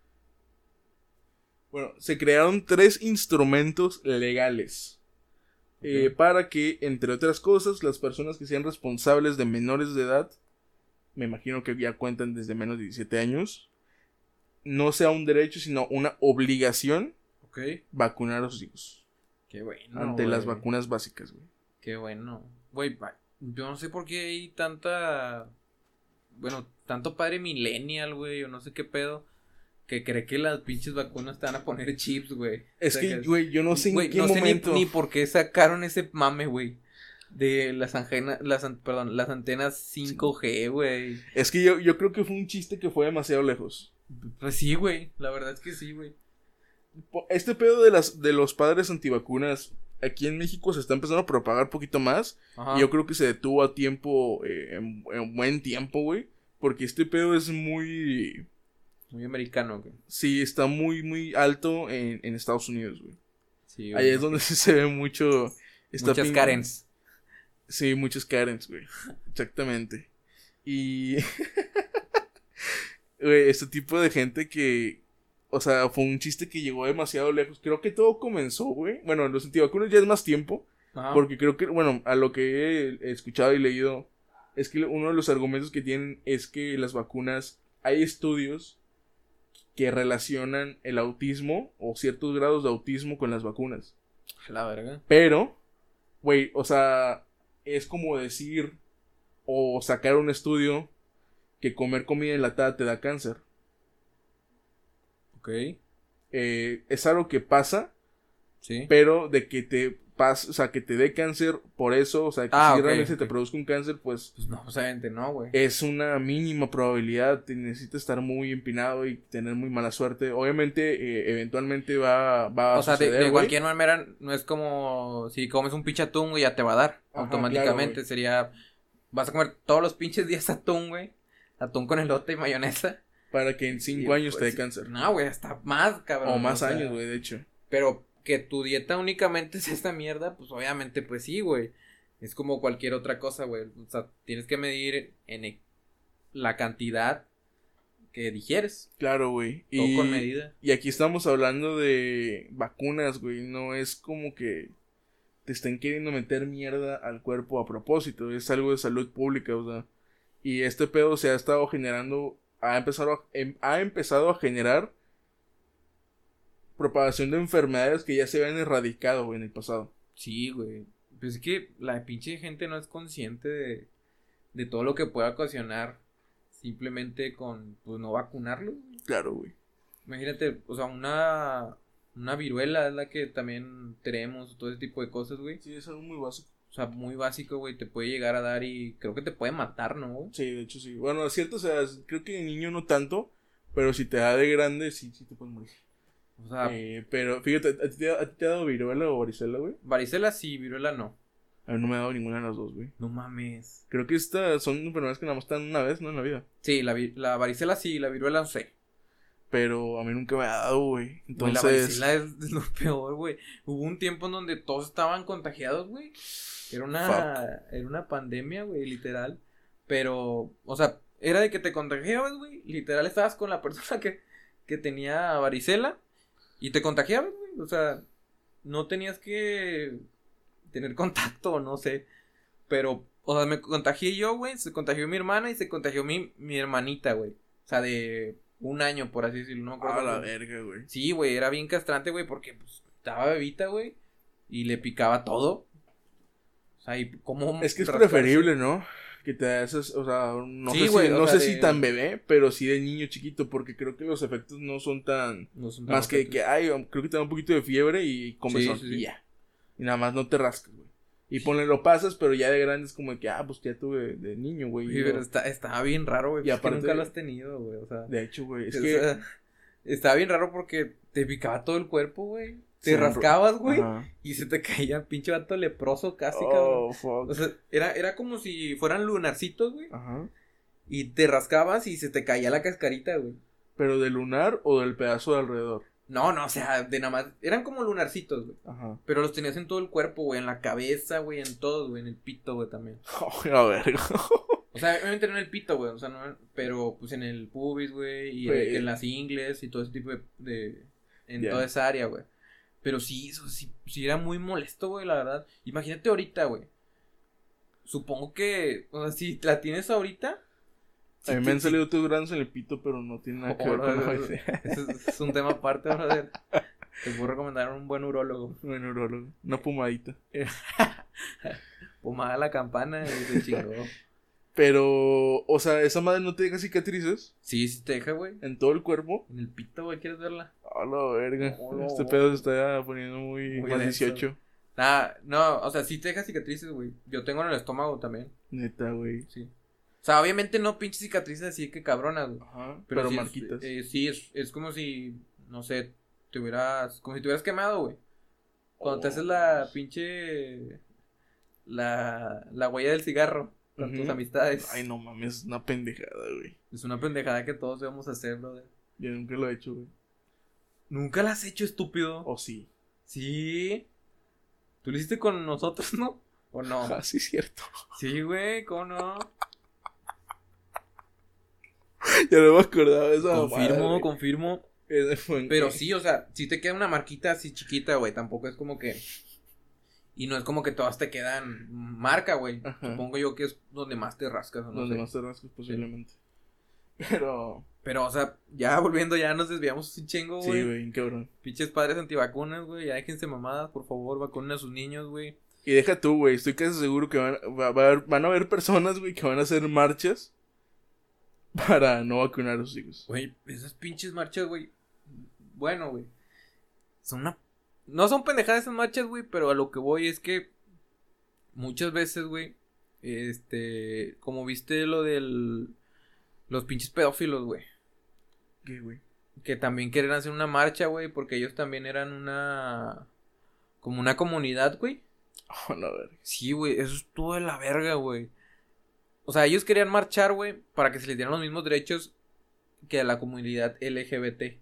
Bueno, se crearon tres instrumentos legales eh, Ok. para que, entre otras cosas, las personas que sean responsables de menores de edad, me imagino que ya cuentan desde menos de diecisiete años, no sea un derecho, sino una obligación Ok. vacunar a sus hijos Qué bueno. ante las güey. vacunas básicas, güey. Qué bueno. Güey, va- yo no sé por qué hay tanta. Bueno, tanto padre millennial, güey, o no sé qué pedo. Que cree que las pinches vacunas te van a poner chips, güey. Es O sea, que, güey, yo no sé en güey, qué no sé ni, momento... ni por qué sacaron ese mame, güey. De las antenas, las, an- perdón, las antenas cinco G, güey. Es que yo, yo creo que fue un chiste que fue demasiado lejos. Pues sí, güey, la verdad es que sí, güey. Po- Este pedo de las de los padres antivacunas aquí en México se está empezando a propagar un poquito más. Ajá. Y yo creo que se detuvo a tiempo, eh, en, en buen tiempo, güey. Porque este pedo es muy... Muy americano, güey. Sí, está muy, muy alto en, en Estados Unidos, güey. Sí, Ahí es donde se ve mucho... esta Muchas pin- Karens. Sí, muchos Karens, güey. Exactamente. Y... Güey, este tipo de gente que... O sea, fue un chiste que llegó demasiado lejos. Creo que todo comenzó, güey. Bueno, los antivacunas ya es más tiempo. Ajá. Porque creo que, bueno, a lo que he escuchado y leído, es que uno de los argumentos que tienen es que las vacunas, hay estudios que relacionan el autismo o ciertos grados de autismo con las vacunas. La verga. Pero, güey, o sea, es como decir o sacar un estudio que comer comida enlatada te da cáncer. Ok. Eh, es algo que pasa, Sí. pero de que te pase, o sea, que te dé cáncer por eso, o sea, que Ah, si ok, realmente se te ok. produzca un cáncer, pues Pues no, obviamente no, güey. es una mínima probabilidad. Te necesitas estar muy empinado y tener muy mala suerte. Obviamente, eh, eventualmente va, va a O sea, de, suceder, de güey. cualquier manera, no es como si comes un pinche atún, güey, ya te va a dar. Ajá, Automáticamente claro, güey. sería. Vas a comer todos los pinches días atún, güey. Atún con elote y mayonesa. Para que en cinco Y, años te pues, dé cáncer. No, güey, hasta más, cabrón. O más sea, años, güey, de hecho. Pero que tu dieta únicamente es esta mierda, pues obviamente, pues sí, güey. Es como cualquier otra cosa, güey. O sea, tienes que medir en e- la cantidad que digieres. Claro, güey. Todo Y, con medida. y aquí estamos hablando de vacunas, güey. No es como que te estén queriendo meter mierda al cuerpo a propósito. Es algo de salud pública, o sea. Y este pedo se ha estado generando, ha empezado a, em- ha empezado a generar propagación de enfermedades que ya se habían erradicado, güey, en el pasado. Sí, güey. Pues es que la pinche gente no es consciente de, de todo lo que puede ocasionar simplemente con, pues, no vacunarlo, güey. Claro, güey. Imagínate, o sea, una, una viruela es la que también tenemos, todo ese tipo de cosas, güey. Sí, es algo muy básico. O sea, muy básico, güey, te puede llegar a dar y creo que te puede matar, ¿no, güey? Sí, de hecho sí. Bueno, es cierto, o sea, creo que de niño no tanto, pero si te da de grande, sí, sí te puedes morir. O sea, Eh, pero fíjate, ¿a ti, te, ha- a ti te ha dado viruela o varicela, güey? varicela sí, viruela no. A mí no me ha dado ninguna de las dos, güey. No mames. Creo que estas son enfermedades que nada más están una vez, ¿no? En la vida. Sí, la, vi- la varicela sí, la viruela no sé. Pero a mí nunca me ha dado, güey. Entonces... Güey, la varicela es, es lo peor, güey. Hubo un tiempo en donde todos estaban contagiados, güey. Era una... Fuck. Era una pandemia, güey, literal. Pero, o sea, era de que te contagiabas, güey. Literal estabas con la persona que, que tenía varicela. Y te contagiabas, güey. O sea, no tenías que tener contacto, no sé. Pero, o sea, me contagié yo, güey. Se contagió mi hermana y se contagió mi, mi hermanita, güey. O sea, de un año, por así decirlo. No me acuerdo. Ah, la cómo. verga, güey. Sí, güey, era bien castrante, güey, porque pues estaba bebita, güey. Y le picaba todo. O sea, y cómo. Es que es rascarse. preferible, ¿no? Que te haces, o sea, no Sí, sé, güey, si, o no sea, sé de- si tan bebé, pero sí de niño chiquito, porque creo que los efectos no son tan... No son tan Más que, fuertes. que, ay, creo que te da un poquito de fiebre y comezón, Sí, sí, sí. y ya. Y nada más no te rascas, güey. Y ponle, lo pasas, pero ya de grande es como que, ah, pues ya tuve de niño, güey. Güey, pero está, estaba bien raro, güey. Y pues, aparte- que nunca lo has tenido, güey. O sea, De hecho, güey, es o que... sea, estaba bien raro porque te picaba todo el cuerpo, güey. Te se rascabas, güey. Ajá. Y se te caía pinche vato leproso casi, cabrón. Oh, fuck. O sea, era, era como si fueran lunarcitos, güey. Ajá. Y te rascabas y se te caía la cascarita, güey. ¿Pero del lunar o del pedazo de alrededor? No, no, o sea, de nada más. Eran como lunarcitos, güey. Ajá. Pero los tenías en todo el cuerpo, güey. En la cabeza, güey. En todo, güey. En el pito, güey, también. Oh, la verga. O sea, obviamente no en el pito, güey. O sea, no. Pero pues en el pubis, güey. Y Güey. en las ingles y todo ese tipo de. de en Ya. toda esa área, güey. Pero sí, eso sí, sí era muy molesto, güey, la verdad. Imagínate ahorita, güey. Supongo que. O sea, si la tienes ahorita. A mí sí me te- han sí- salido tus granos en el pito, pero no tiene nada que ver con la Oh, varicela. Eso es, es un tema aparte, brother. Te puedo recomendar un buen urólogo. Un neurólogo. Una pomadita. Pomada la campana y se chingó. Pero, o sea, esa madre no te deja cicatrices Sí, sí te deja, güey. en todo el cuerpo. En el pito, güey, ¿quieres verla? A la verga. No, no. Este pedo se está poniendo muy, Muy más denso. dieciocho. Nah, no, o sea, sí te deja cicatrices, güey. Yo tengo en el estómago también, Neta, güey. sí. O sea, obviamente no pinches cicatrices así que cabronas, güey. Ajá. Pero, Pero, sí, marquitas. Es, eh, sí, es, es como si, no sé, te hubieras, como si te hubieras quemado, güey. Cuando te Oh. haces la pinche, la, la huella del cigarro con Ujú. tus amistades. Ay, no mames, es una pendejada, güey. Es una pendejada que todos debemos hacer, brother. Yo nunca lo he hecho, güey. ¿Nunca la has hecho, estúpido? O sí. Sí. ¿Tú lo hiciste con nosotros, no? ¿O no? Ah, sí, cierto. Sí, güey, ¿cómo no? Ya no me acordaba de esa Confirmo, mamada, güey. confirmo. Ese fue en- Pero sí, o sea, si te queda una marquita así chiquita, güey, tampoco es como que... Y no es como que todas te quedan marca, güey. Ajá. Supongo yo que es donde más te rascas, o no Donde sé. más te rascas posiblemente. Pero... Pero, o sea, ya volviendo, ya nos desviamos un chingo, Sí, güey. güey, cabrón. Pinches padres antivacunas, güey, ya déjense mamadas, por favor, vacunen a sus niños, güey. Y deja tú, güey. Estoy casi seguro que van, va- va a haber- van a haber personas, güey, que van a hacer marchas para no vacunar a sus hijos. Güey, esas pinches marchas, güey. Bueno, güey. Son una... No son pendejadas esas marchas, güey, pero a lo que voy es que muchas veces, güey, este, como viste lo del... Los pinches pedófilos, güey. ¿Qué, güey? Que también quieren hacer una marcha, güey, porque ellos también eran una... Como una comunidad, güey. Oh, la verga. Sí, güey, eso es todo de la verga, güey. O sea, ellos querían marchar, güey, para que se les dieran los mismos derechos que a la comunidad L G B T.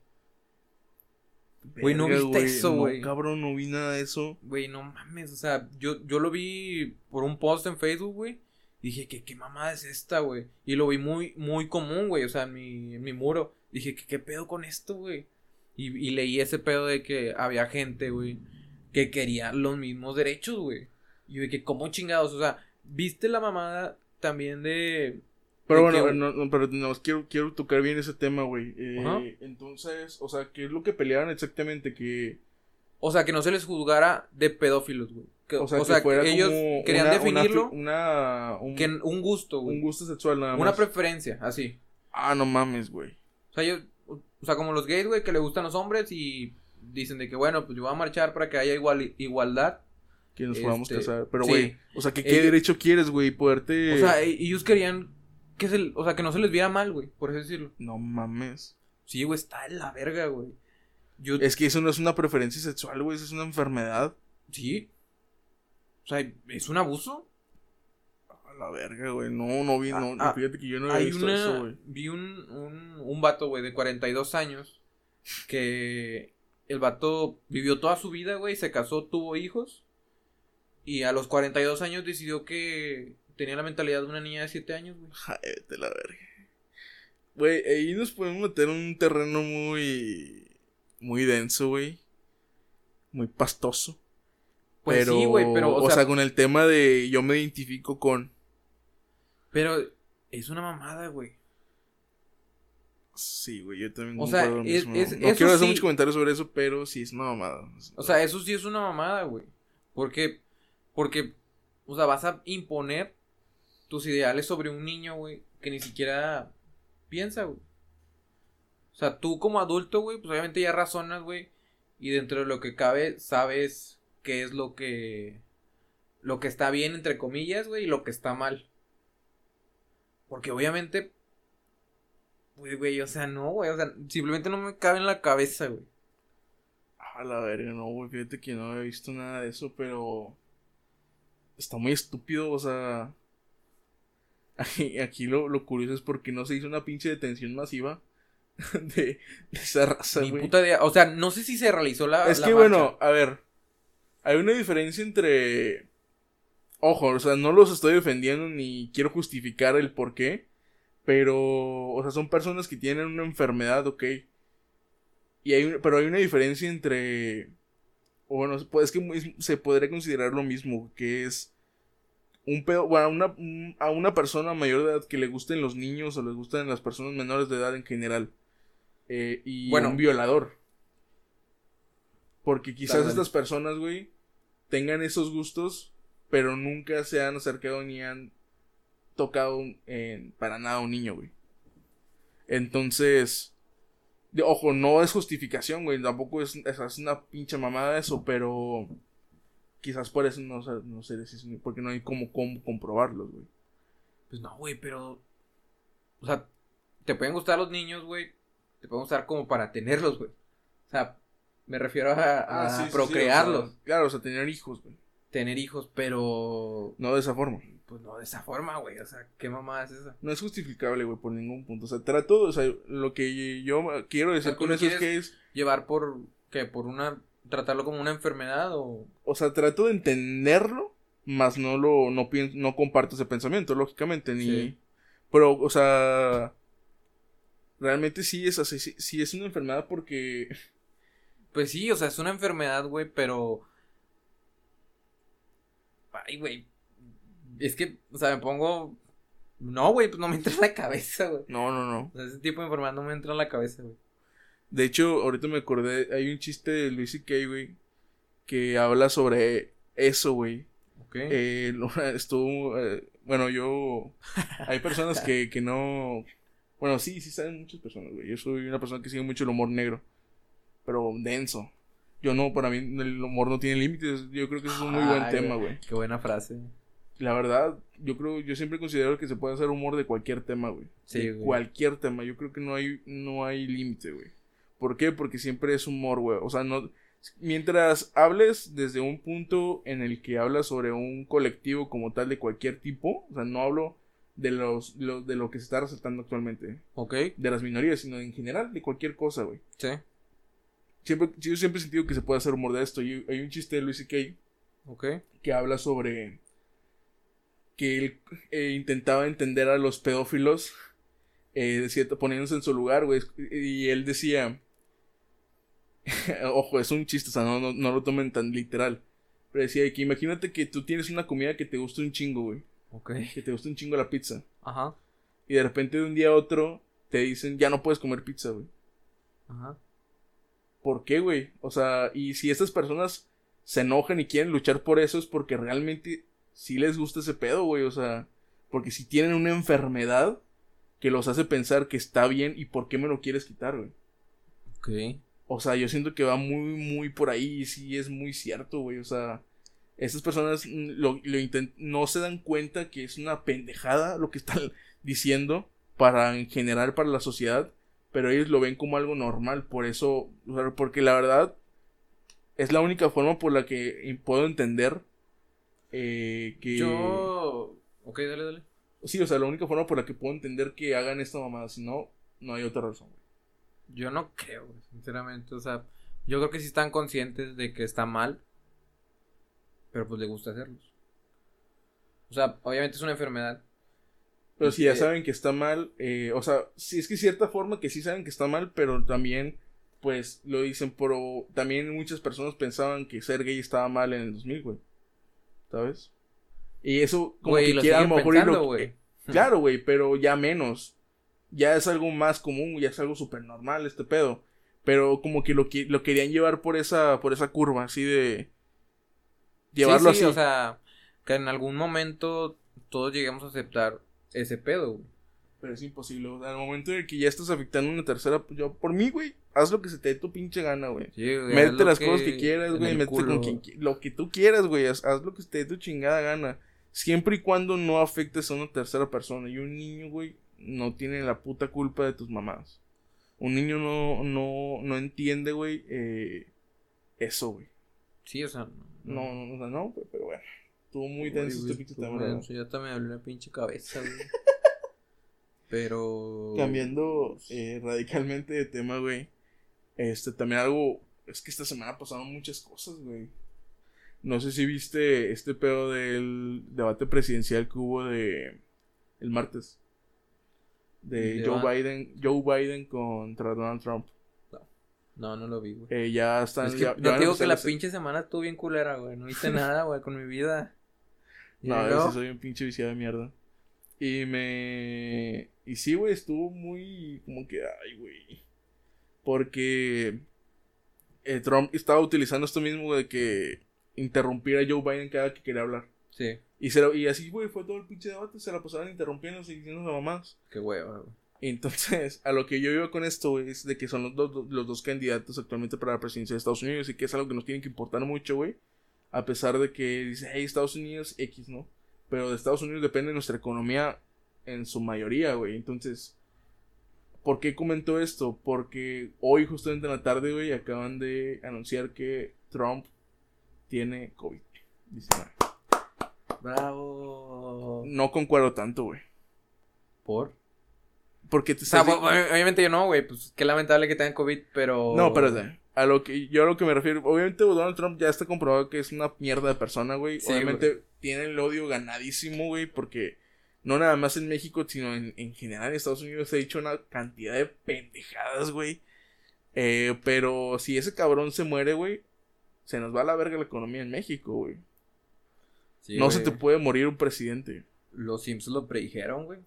Güey, ¿no Verga, viste eso, güey? No, cabrón, no vi nada de eso. Güey, no mames, o sea, yo, yo lo vi por un post en Facebook, güey. Dije, ¿qué, qué mamada es esta, güey? Y lo vi muy, muy común, güey, o sea, en mi, en mi muro. Dije, ¿qué, qué pedo con esto, güey? Y, y leí ese pedo de que había gente, güey, que quería los mismos derechos, güey. Y yo dije, ¿cómo chingados? O sea, ¿viste la mamada también de... Pero de bueno, que- no, no, pero no, quiero, quiero tocar bien ese tema, güey. Eh, Ajá. entonces, o sea, ¿qué es lo que pelearon exactamente? Que, O sea, que no se les juzgara de pedófilos, güey. Que- o sea, o sea, que fuera que ellos como querían una- definirlo Una, una- un, que un gusto, güey. un gusto sexual nada más. Una preferencia, así. Ah, no mames, güey. O sea, yo, o sea, como los gays, güey, que le gustan los hombres y dicen de que, bueno, pues yo voy a marchar para que haya igual, igualdad. Que nos Este, podamos casar. Pero, sí. güey, o sea, que ¿qué Eh, derecho quieres, güey? Poderte... O sea, e- ellos querían que se, o sea, que no se les viera mal, güey, por así decirlo. No mames. Sí, güey, está en la verga, güey. Yo, Es que eso no es una preferencia sexual, güey. Eso es una enfermedad. sí. O sea, es un abuso. A la verga, güey. No, no vi, no. Ah, fíjate que yo no había Hay visto una, eso, güey. vi un, un, un vato, güey, de cuarenta y dos años que el vato vivió toda su vida, güey, se casó, tuvo hijos. Y a los cuarenta y dos años decidió que tenía la mentalidad de una niña de siete años, güey. Ay, vete la verga. Güey, ahí nos podemos meter en un terreno muy... Muy denso, güey. Muy pastoso. Pues pero, sí, güey, pero... O, o sea, sea, con el tema de yo me identifico con... Pero es una mamada, güey. Sí, güey, yo también o sea, lo es, mismo. es, no quiero hacer sí, muchos comentarios sobre eso, pero sí es una mamada. O sea, eso sí es una mamada, güey. Porque, porque, o sea, vas a imponer tus ideales sobre un niño, güey, que ni siquiera piensa, güey. O sea, tú como adulto, güey, pues obviamente ya razonas, güey, y dentro de lo que cabe sabes qué es lo que, lo que está bien, entre comillas, güey, y lo que está mal. Porque obviamente, güey, güey, o sea, no, güey, o sea, simplemente no me cabe en la cabeza, güey. A la verga, no, güey, fíjate que no he visto nada de eso, pero está muy estúpido, o sea, aquí, aquí lo, lo curioso es porque no se hizo una pinche detención masiva de, de esa raza, güey. Ni puta idea, o sea, no sé si se realizó la Es la que marcha. Bueno, a ver, hay una diferencia entre, ojo, o sea, no los estoy defendiendo ni quiero justificar el por qué, pero, o sea, son personas que tienen una enfermedad, ok. Y hay, pero hay una diferencia entre, o bueno, es que se podría considerar lo mismo, que es un pedo, bueno, a una, a una persona mayor de edad que le gusten los niños o les gusten las personas menores de edad en general. Eh, y bueno, un violador. Porque quizás dale, dale. Estas personas, güey, tengan esos gustos, pero nunca se han acercado ni han tocado en, para nada a un niño, güey. Entonces, de, ojo, no es justificación, güey, tampoco es, es, es una pinche mamada eso, pero quizás por eso no, no sé decir, porque no hay como, cómo comprobarlos, güey. Pues no, güey, pero, o sea, te pueden gustar los niños, güey, te pueden gustar como para tenerlos, güey. O sea, me refiero a, a ah, sí, procrearlos. Sí, o sea, claro, o sea, tener hijos, güey. Tener hijos, pero... No de esa forma. Pues no de esa forma, güey. O sea, ¿qué mamada es esa? No es justificable, güey, por ningún punto. O sea, trato, o sea, lo que yo quiero decir con eso es que es... Llevar por, ¿qué? Por una... Tratarlo como una enfermedad o... O sea, trato de entenderlo, más no lo, no pienso, no comparto ese pensamiento, lógicamente, ni... Sí. Pero, o sea... Realmente sí es así, sí, sí es una enfermedad porque... Pues sí, o sea, es una enfermedad, güey, pero... Ay, güey. Es que, o sea, me pongo... No, güey, pues no me entra en la cabeza, güey. No, no, no. O sea, ese tipo de enfermedad no me entra en la cabeza, güey. De hecho, ahorita me acordé, hay un chiste de Louis C K, güey, que habla sobre eso, güey. Ok. Eh, estuvo, eh, bueno, yo... Hay personas que, que no... Bueno, sí, sí saben muchas personas, güey. Yo soy una persona que sigue mucho el humor negro. Pero denso. Yo no, para mí el humor no tiene límites. Yo creo que eso es un muy buen Ay, tema, güey. Qué buena frase. La verdad, yo creo, yo siempre considero que se puede hacer humor de cualquier tema, güey. Sí, de güey. Cualquier tema. Yo creo que no hay, no hay límite, güey. ¿Por qué? Porque siempre es humor, güey. O sea, no... Mientras hables desde un punto en el que hablas sobre un colectivo como tal de cualquier tipo, o sea, no hablo de los, lo, de lo que se está resaltando actualmente. Ok. De las minorías, sino en general de cualquier cosa, güey. Sí. Siempre, yo siempre he sentido que se puede hacer humor de esto. Y hay un chiste de Louis C K. Ok. Que habla sobre que él eh, intentaba entender a los pedófilos, eh, decía, poniéndose en su lugar, güey. Y él decía... Ojo, es un chiste, o sea, no, no, no lo tomen tan literal. Pero decía que imagínate que tú tienes una comida que te gusta un chingo, güey. Ok. Que te gusta un chingo la pizza. Ajá. Y de repente de un día a otro te dicen, ya no puedes comer pizza, güey. Ajá. ¿Por qué, güey? O sea, y si estas personas se enojan y quieren luchar por eso es porque realmente sí les gusta ese pedo, güey. O sea, porque si tienen una enfermedad que los hace pensar que está bien y por qué me lo quieres quitar, güey. Ok. O sea, yo siento que va muy, muy por ahí y sí es muy cierto, güey. O sea, estas personas lo, lo intent- no se dan cuenta que es una pendejada lo que están diciendo para, en general, para la sociedad. Pero ellos lo ven como algo normal. Por eso, o sea, porque la verdad es la única forma por la que puedo entender eh, que... Yo... Ok, dale, dale. Sí, o sea, la única forma por la que puedo entender que hagan esta mamada. Si no, no hay otra razón, güey. Yo no creo, güey, sinceramente, o sea, yo creo que sí están conscientes de que está mal, pero pues les gusta hacerlos. O sea, obviamente es una enfermedad. Pero Y si ya que, saben que está mal, eh, o sea, sí es que cierta forma que sí saben que está mal, pero también, pues, lo dicen, pero también muchas personas pensaban que ser gay estaba mal en el dos mil, güey, ¿sabes? Y eso como güey, que lo quiere a lo siguen mejor y pensando, lo... güey. eh, claro, güey, pero ya menos. Ya es algo más común, ya es algo súper normal este pedo. Pero como que lo, que lo querían llevar por esa, por esa curva, así de... Sí, Llevarlo sí, o así. sea, que en algún momento todos lleguemos a aceptar ese pedo, güey. Pero es imposible. O sea, al momento en el que ya estás afectando a una tercera, yo, por mí, güey, haz lo que se te dé tu pinche gana, güey. Sí, güey, haz Métete lo las cosas que que quieras, en güey, el métete con culo. quien qui- lo que tú quieras, güey. Haz, haz lo que se te dé tu chingada gana. Siempre y cuando no afectes a una tercera persona. Y un niño, güey, no tiene la puta culpa de tus mamás. Un niño no, no, no entiende, güey, eh, eso, güey. Sí, o sea, No, no. no, o sea, no, güey, pero bueno. Estuvo muy Uy, denso este güey, pinche tú tema, me- la verdad. eso ya hasta me dolió la pinche cabeza, güey. Pero... Cambiando eh, radicalmente de tema, güey. Este, también algo. Es que esta semana pasaron muchas cosas, güey. No sé si viste este pedo del debate presidencial que hubo de. El martes. De de Joe va- Biden. Joe Biden contra Donald Trump. No, no lo vi, güey. Eh, ya están. Es que Ya, ya no van te a digo que empezar la las- pinche semana estuvo bien culera, güey. No hice nada, güey, con mi vida. Y No, yo sí luego, soy un pinche viciado de mierda. Y me. Y sí, güey, estuvo muy. Como que. Ay, güey. Porque. eh, Trump estaba utilizando esto mismo de que interrumpir a Joe Biden cada que quería hablar. sí, Y, se lo- y así, güey, fue todo el pinche debate. Se la pasaban interrumpiendo y diciendo mamás. qué hueva, güey. Entonces, a lo que yo iba con esto, güey, es de que son los dos, los dos candidatos actualmente para la presidencia de Estados Unidos y que es algo que nos tiene que importar mucho, güey. A pesar de que dice, hey, Estados Unidos X, ¿no? Pero de Estados Unidos depende nuestra economía en su mayoría, güey. Entonces, ¿por qué comento esto? Porque hoy, justamente en la tarde, güey, acaban de anunciar que Trump tiene COVID diecinueve. Bravo. No concuerdo tanto, güey. ¿Por? Porque te O sea, estás... bo- obviamente yo no, güey. Pues qué lamentable que tengan COVID, pero... No, espérate. A lo que yo a lo que me refiero, obviamente Donald Trump ya está comprobado que es una mierda de persona, güey. Sí, obviamente tiene el odio ganadísimo, güey, porque no nada más en México, sino en, en general en Estados Unidos se ha dicho una cantidad de pendejadas, güey. Eh, pero si ese cabrón se muere, güey, se nos va a la verga la economía en México, güey. Sí, No güey. se te puede morir un presidente. Los Simpsons lo predijeron, güey.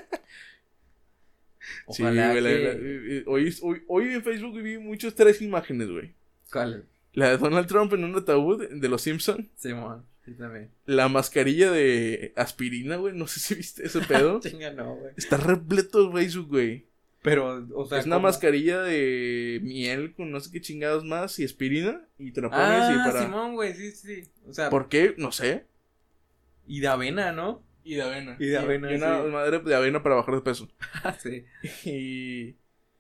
Sí, Ojalá güey. la- que... la- eh, hoy, hoy, hoy en Facebook vi muchas tres imágenes, güey. ¿Cuál? La de Donald Trump en un ataúd de los Simpsons. Simón, sí también. La mascarilla de aspirina, güey. No sé si viste ese pedo. Chinga, no, güey. Está repleto de Facebook, güey. Pero, o sea, Es una ¿cómo? mascarilla de miel con no sé qué chingados más y aspirina. Y te la pones Ah, y para... Simón, güey, sí, sí. O sea, ¿Por qué? No sé. y de avena, ¿no? Y de avena. Y de avena, Y una sí. madre de avena para bajar de peso. Ah, sí. Y...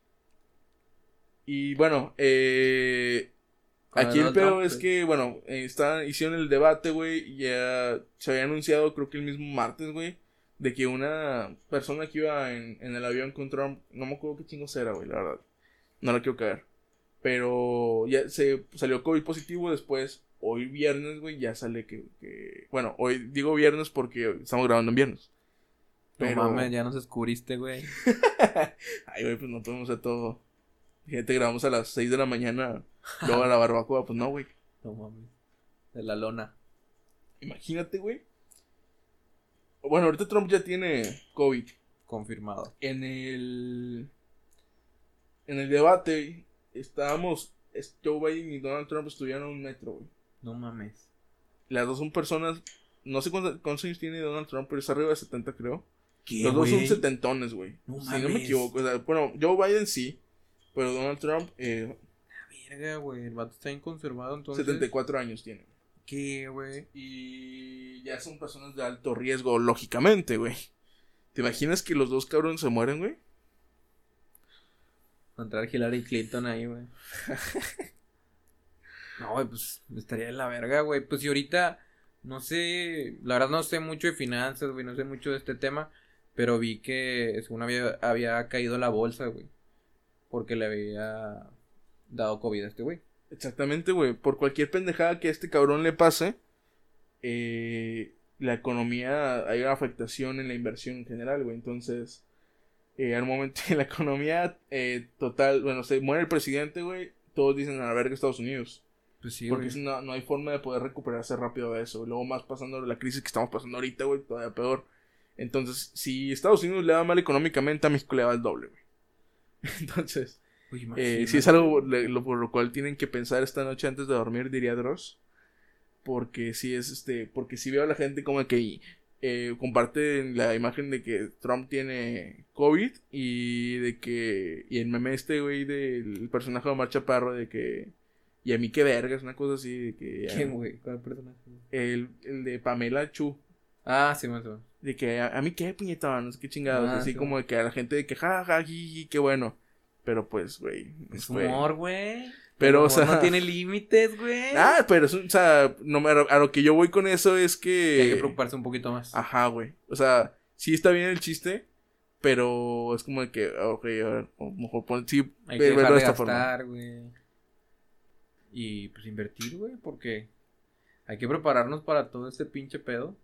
Y bueno, eh... Con Aquí el Donald pedo Trump, es pues. que, bueno, eh, está, hicieron el debate, güey, y ya se había anunciado, creo que el mismo martes, güey, de que una persona que iba en, en el avión con Trump, no me acuerdo qué chingos era, güey, la verdad, no la quiero caer, pero ya se salió COVID positivo después, hoy viernes, güey, ya sale que, que, bueno, hoy digo viernes porque estamos grabando en viernes. No Pero... mames, ya nos descubriste, güey. Ay, güey, pues no podemos hacer todo. Fíjate, grabamos a las seis de la mañana, luego a la barbacoa, pues no, güey. No mames. De la lona. Imagínate, güey. Bueno, ahorita Trump ya tiene COVID. Confirmado. En el. En el debate, estábamos. es- Joe Biden y Donald Trump estuvieron a un metro, güey. No mames. Las dos son personas. No sé cuántos, cuántos años tiene Donald Trump, pero es arriba de setenta, creo. ¿Qué, Los dos güey? son setentones, güey. No si no me mames. equivoco. O sea, bueno, Joe Biden sí. Pero Donald Trump, eh, Verga, güey. El vato está bien conservado, entonces. setenta y cuatro años tiene. ¿Qué, güey? Y ya son personas de alto riesgo, lógicamente, güey. ¿Te imaginas que los dos cabrones se mueren, güey? Va a entrar Hillary Clinton ahí, güey. No, güey, pues estaría de la verga, güey. Pues si ahorita, no sé, la verdad no sé mucho de finanzas, güey, no sé mucho de este tema, pero vi que según había, había caído la bolsa, güey. porque le había dado COVID a este güey. Exactamente, güey. Por cualquier pendejada que a este cabrón le pase, eh, la economía, hay una afectación en la inversión en general, güey. Entonces, eh, al momento de la economía eh, total, bueno, se muere el presidente, güey, todos dicen a la verga Estados Unidos. Pues sí, porque güey. no, no hay forma de poder recuperarse rápido de eso. Luego más pasando la crisis que estamos pasando ahorita, güey, todavía peor. Entonces, si Estados Unidos le va mal económicamente, a México le va el doble, güey. Entonces, Uy, eh, si es algo le- lo, por lo cual tienen que pensar esta noche antes de dormir, diría Dross. Porque si es este, porque si veo a la gente como que eh, comparte la imagen de que Trump tiene COVID y de que, y el meme este, güey, del personaje de Omar Chaparro de que, y a mí qué vergas, una cosa así, de que... ¿Quién, güey? ¿Cuál personaje? El, el de Pamela Chu. Ah, sí, más o menos. De que a, a mí qué puñetón, no sé qué chingados. Ah, así sí, como de que a la gente de que ja, ja, jiji, qué bueno. Pero pues, güey. Es fue- humor, güey. Pero, El o sea- humor no tiene límites, güey. Ah, pero es un- o sea, no me, a lo que yo voy con eso es que... Que hay que preocuparse un poquito más. Ajá, güey. O sea, sí está bien el chiste, pero es como de que, ah, ok, a ver, a lo mejor pon, sí, Hay ve- que verlo dejar de de esta forma. gastar, güey. Y pues invertir, güey, porque hay que prepararnos para todo este pinche pedo.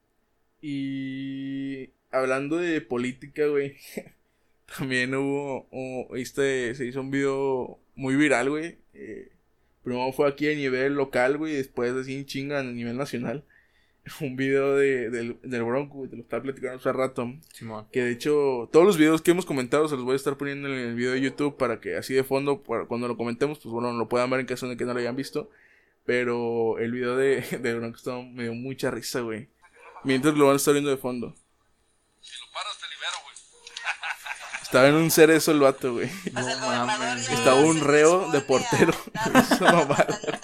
Y hablando de política, güey, también hubo, hubo- este, se hizo un video muy viral, güey. Eh, primero fue aquí a nivel local, güey, y después así en chinga a nivel nacional. Un video de, del, del Bronco, güey, te lo estaba platicando hace rato. Simón. Que de hecho, todos los videos que hemos comentado se los voy a estar poniendo en el video de YouTube para que así de fondo, para cuando lo comentemos, pues bueno, lo puedan ver en caso de que no lo hayan visto. Pero el video de, de Bronco estaba, me dio mucha risa, güey. Mientras lo van a estar viendo de fondo. Si lo paras, te libero, güey. Estaba en un cerezo el vato, güey. No mames. Estaba un reo de portero. Eso no vale.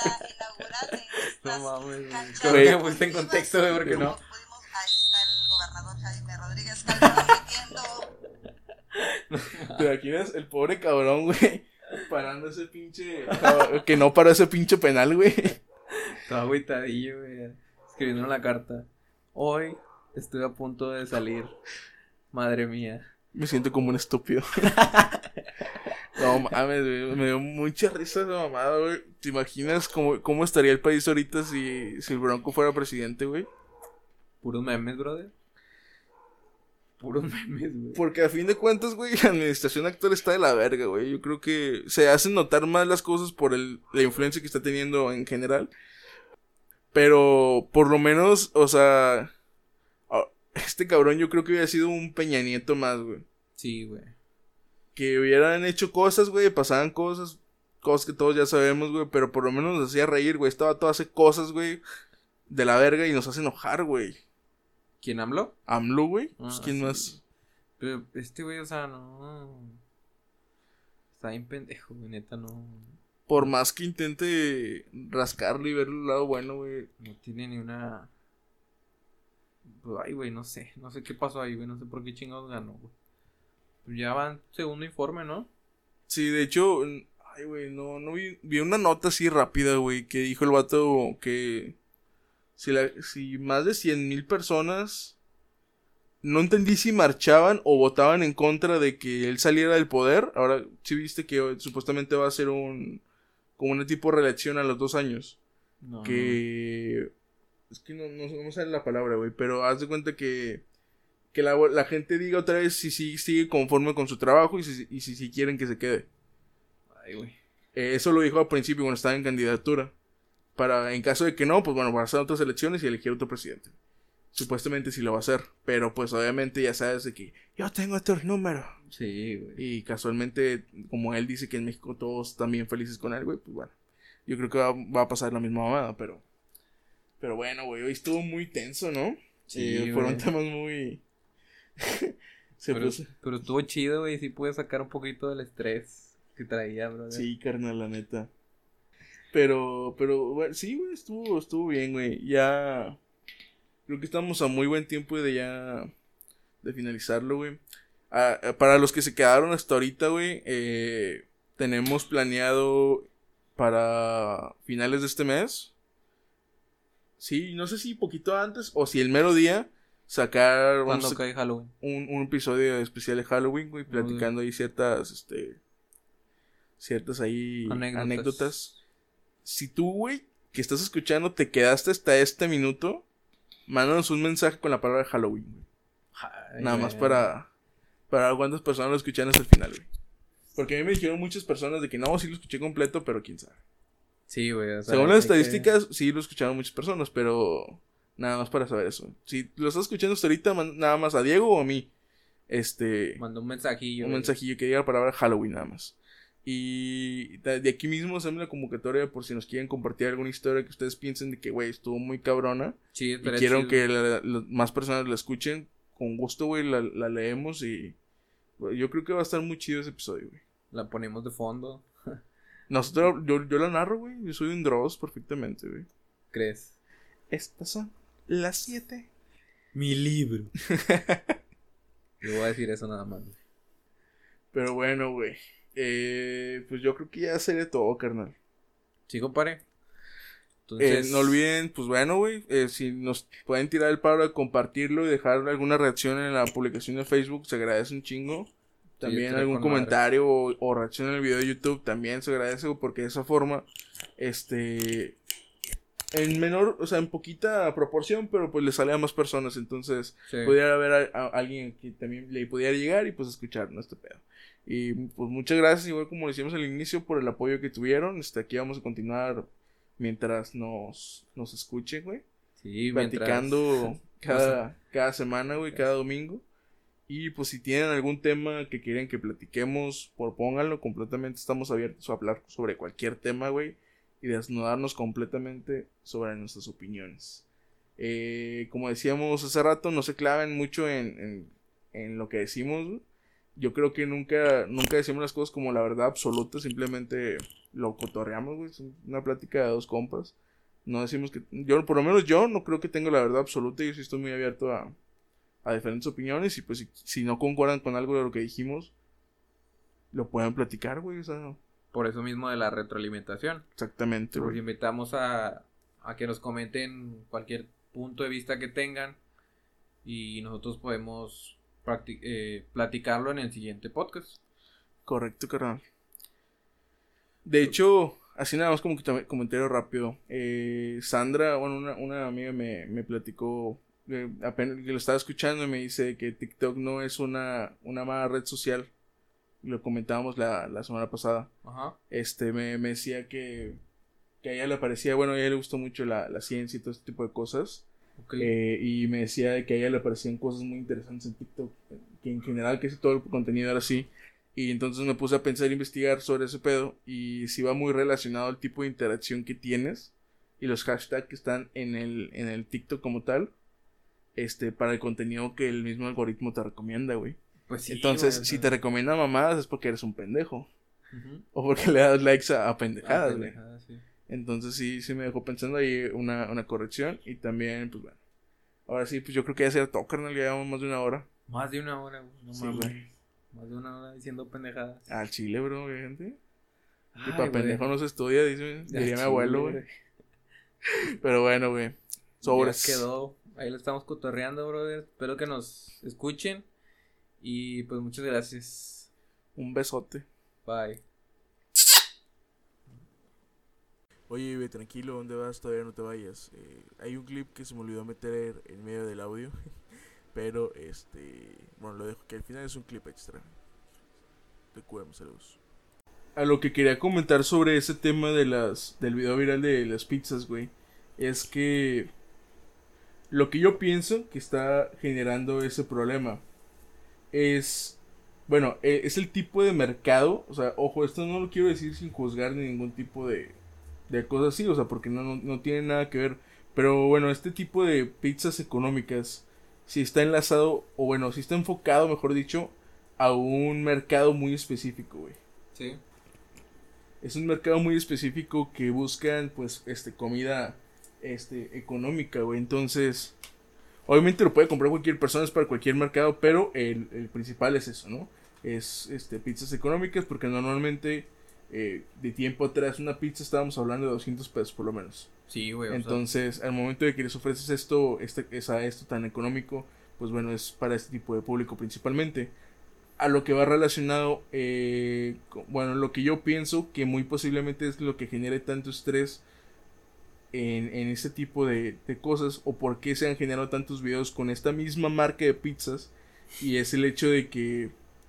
No mames, güey. Cancha Creo Güey. que me pusiste en contexto, güey, porque no. Ahí está el gobernador Jaime Rodríguez Calderón metiendo. ¿Te imaginas? El pobre cabrón, güey. Parando ese pinche. Que no paró ese pinche penal, güey. Estaba agüitadillo, güey. Escribiendo la carta. Hoy estoy a punto de salir. Madre mía. Me siento como un estúpido. No mames, güey. Me dio mucha risa esa mamada, güey. ¿Te imaginas cómo, cómo estaría el país ahorita si, si el Bronco fuera presidente, güey? Puros memes, brother. Puros memes, güey. Porque a fin de cuentas, güey, la administración actual está de la verga, güey. Yo creo que se hacen notar más las cosas por el, la influencia que está teniendo en general. Pero por lo menos, o sea, a- este cabrón yo creo que hubiera sido un Peña Nieto más, güey. Sí, güey. Que hubieran hecho cosas, güey, pasaban cosas, cosas que todos ya sabemos, güey, pero por lo menos nos hacía reír, güey. Estaba todo hace cosas, güey, de la verga y nos hace enojar, güey. ¿Quién habló? AMLO, güey, pues Ah, quién sí. más. Pero este güey, o sea, no. Está bien pendejo, güey, neta, no. Por más que intente rascarle y ver el lado bueno, güey. No tiene ni una. Pues, ay, güey, no sé. No sé qué pasó ahí, güey. No sé por qué chingados ganó, güey. Pero ya van segundo informe, ¿no? Sí, de hecho, n- ay, güey, no, no vi, vi una nota así rápida, güey, que dijo el vato que si, la, si más de cien mil personas, no entendí si marchaban o votaban en contra de que él saliera del poder. Ahora, sí viste que eh, supuestamente va a ser un, como una tipo de reelección a los dos años. No. Que, es que no, no, no me sale la palabra, güey, pero haz de cuenta que que la, la gente diga otra vez si sí sigue conforme con su trabajo y si, y si, si quieren que se quede. Ay, güey. Eh, eso lo dijo al principio cuando estaba en candidatura. Para, en caso de que no, pues bueno, va a hacer otras elecciones y elegir otro presidente. Supuestamente sí lo va a hacer. Pero pues obviamente ya sabes de que yo tengo estos números. Sí, güey. Y casualmente, como él dice que en México todos están bien felices con él, güey, pues bueno. Yo creo que va, va a pasar la misma mamada, pero... Pero bueno, güey, hoy estuvo muy tenso, ¿no? Sí, Eh, fueron güey. temas muy... Se Pero, puso... pero estuvo chido, güey. Sí pude sacar un poquito del estrés que traía, bro. Sí, carnal, la neta. Pero, pero, bueno, sí, güey, estuvo, estuvo bien, güey. Ya, creo que estamos a muy buen tiempo de ya, de finalizarlo, güey. Ah, ah, para los que se quedaron hasta ahorita, güey, eh, tenemos planeado para finales de este mes. Sí, no sé si poquito antes o si el mero día sacar Cuando vamos a- cae Halloween. un, un episodio especial de Halloween, güey, platicando ahí ciertas, este, ciertas ahí Anécdotas. anécdotas. Si tú, güey, que estás escuchando, te quedaste hasta este minuto, mándanos un mensaje con la palabra Halloween, güey. Ay, Nada güey. más para, para cuántas personas lo escuchan hasta el final, güey. Porque a mí me dijeron muchas personas de que no, sí lo escuché completo, pero quién sabe. Sí, güey. O sea, Según las hay que- estadísticas, sí lo escucharon muchas personas, pero nada más para saber eso. Si lo estás escuchando hasta ahorita, man- nada más a Diego o a mí. Este, Mandó un mensajillo. un güey. mensajillo que diga la palabra Halloween nada más. Y de de aquí mismo hacemos la convocatoria por si nos quieren compartir alguna historia que ustedes piensen de que, güey, estuvo muy cabrona. Sí, Y estaría quiero chido. que la- la- más personas la escuchen. Con gusto, güey, la, la leemos y güey, yo creo que va a estar muy chido ese episodio, güey. La ponemos de fondo. Nosotros, yo, yo la narro, güey. Yo soy un Dross perfectamente, güey. ¿Crees? Estas son las siete. Mi libro. Le voy a decir eso nada más. güey. Pero bueno, güey. Eh, pues yo creo que ya sería todo, carnal. Sí, compadre. Eh, Entonces, no olviden, pues bueno, güey. Eh, si nos pueden tirar el paro de compartirlo y dejar alguna reacción en la publicación de Facebook, se agradece un chingo. También estaría algún con madre. comentario o, o reacción en el video de YouTube también se agradece, güey, porque de esa forma, este, en menor, o sea, en poquita proporción, pero pues le sale a más personas, entonces sí. pudiera haber a, a alguien que también le pudiera llegar y pues escuchar, ¿no? Este pedo. Y pues muchas gracias, igual como lo hicimos al inicio, por el apoyo que tuvieron. Este, aquí vamos a continuar mientras nos, nos escuchen, güey. Sí, Platicando mientras- cada, cada semana, güey, cada domingo. Y pues si tienen algún tema que quieren que platiquemos, propónganlo completamente. Estamos abiertos a hablar sobre cualquier tema, güey. Y desnudarnos completamente sobre nuestras opiniones. Eh, como decíamos hace rato, no se claven mucho en, en, en lo que decimos, güey. Yo creo que nunca, nunca decimos las cosas como la verdad absoluta, simplemente lo cotorreamos, güey. Es una plática de dos compas. No decimos que... Yo, por lo menos yo, no creo que tengo la verdad absoluta. Yo sí estoy muy abierto a, a diferentes opiniones. Y pues si, si no concuerdan con algo de lo que dijimos, lo pueden platicar, güey. O sea, Por eso mismo de la retroalimentación. exactamente, Los güey. invitamos a, a que nos comenten cualquier punto de vista que tengan. Y nosotros podemos practi- eh, platicarlo en el siguiente podcast. Correcto, carnal. De hecho, así nada más como que tam- comentario rápido. Eh, Sandra, bueno, una, una amiga me, me platicó, eh, apenas que lo estaba escuchando y me dice que TikTok no es una, una mala red social. Lo comentábamos la, la semana pasada. Ajá. Este, me, me decía que, que a ella le parecía, bueno, a ella le gustó mucho la, la ciencia y todo este tipo de cosas. Ok. Eh, y me decía de que a ella le parecían cosas muy interesantes en TikTok, que en general casi todo el contenido era así. Y entonces me puse a pensar e investigar sobre ese pedo y si va muy relacionado al tipo de interacción que tienes y los hashtags que están en el, en el TikTok como tal, este, para el contenido que el mismo algoritmo te recomienda, güey. Pues sí, Entonces, güey, o si sea. te recomienda mamadas es porque eres un pendejo Ujú. o porque le das likes a, a Ah, pendejadas, güey. pendejadas, sí. Entonces sí, sí me dejó pensando ahí una, una corrección. Y también, pues bueno. Ahora sí, pues yo creo que ya será todo, carnal. Ya llevamos más de una hora. Más de una hora, güey. No Sí, mames. güey. Más de una hora diciendo pendejadas. Al chile, bro, güey, gente. Y Ay, para güey. pendejo no se estudia, dice, Ya diría mi chile, abuelo, güey. Pero bueno, güey. Sobres. Ya quedó. Ahí lo estamos cotorreando, brother. Espero que nos escuchen. Y pues muchas gracias. Un besote. Bye. Oye, güey, tranquilo, ¿dónde vas? Todavía no te vayas. Eh, hay un clip que se me olvidó meter en medio del audio. Pero, este... Bueno, lo dejo que al final es un clip extra. Te cuidamos, saludos. A lo que quería comentar sobre ese tema de las... Del video viral de las pizzas, güey. Es que... Lo que yo pienso que está generando ese problema es... Bueno, eh, es el tipo de mercado. O sea, ojo, esto no lo quiero decir sin juzgar ni ningún tipo de... De cosas así, o sea, porque no, no, no tiene nada que ver. Pero bueno, este tipo de pizzas económicas, si está enlazado, o bueno, si está enfocado, mejor dicho, a un mercado muy específico, güey. Sí. Es un mercado muy específico que buscan, pues, este, comida, este, económica, güey. Entonces, obviamente lo puede comprar cualquier persona, es para cualquier mercado, pero el, el principal es eso, ¿no? Es, este, pizzas económicas, porque normalmente... Eh, de tiempo atrás una pizza estábamos hablando de doscientos pesos por lo menos. Sí, güey. o sea, Entonces al momento de que les ofreces esto este, esa, esto tan económico, pues bueno, es para este tipo de público principalmente. a lo que va relacionado, eh, con- bueno, lo que yo pienso que muy posiblemente es lo que genere tanto estrés en, en este tipo de, de cosas, o por qué se han generado tantos videos con esta misma marca de pizzas, y es el hecho de que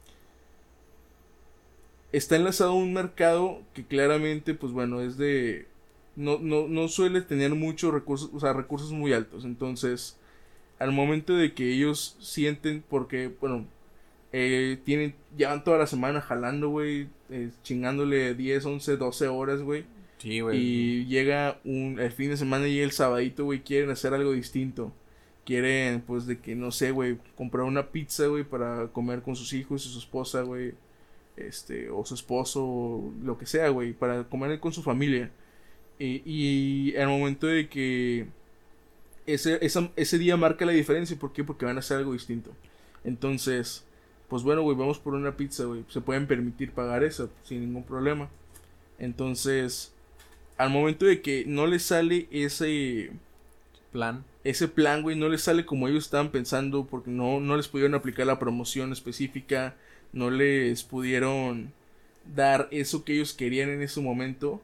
está enlazado a un mercado que claramente, pues bueno, es de... No, no, no suele tener muchos recursos, o sea, recursos muy altos. Entonces, al momento de que ellos sienten, porque, bueno, eh, tienen, llevan toda la semana jalando, güey, eh, chingándole diez once doce horas, güey. Sí, güey. Y llega un, el fin de semana y el sabadito, güey, quieren hacer algo distinto. Quieren, pues, de que, no sé, güey, comprar una pizza, güey, para comer con sus hijos y su esposa, güey. Este, o su esposo, o lo que sea, güey, para comer con su familia. Y, y al momento de que ese, esa- ese día marca la diferencia, ¿por qué? Porque van a hacer algo distinto. Entonces, pues bueno, güey, vamos por una pizza, güey. Se pueden permitir pagar eso sin ningún problema. Entonces, al momento de que no les sale ese, Plan. ese plan, güey, no les sale como ellos estaban pensando, porque no, no les pudieron aplicar la promoción específica, no les pudieron dar eso que ellos querían en ese momento,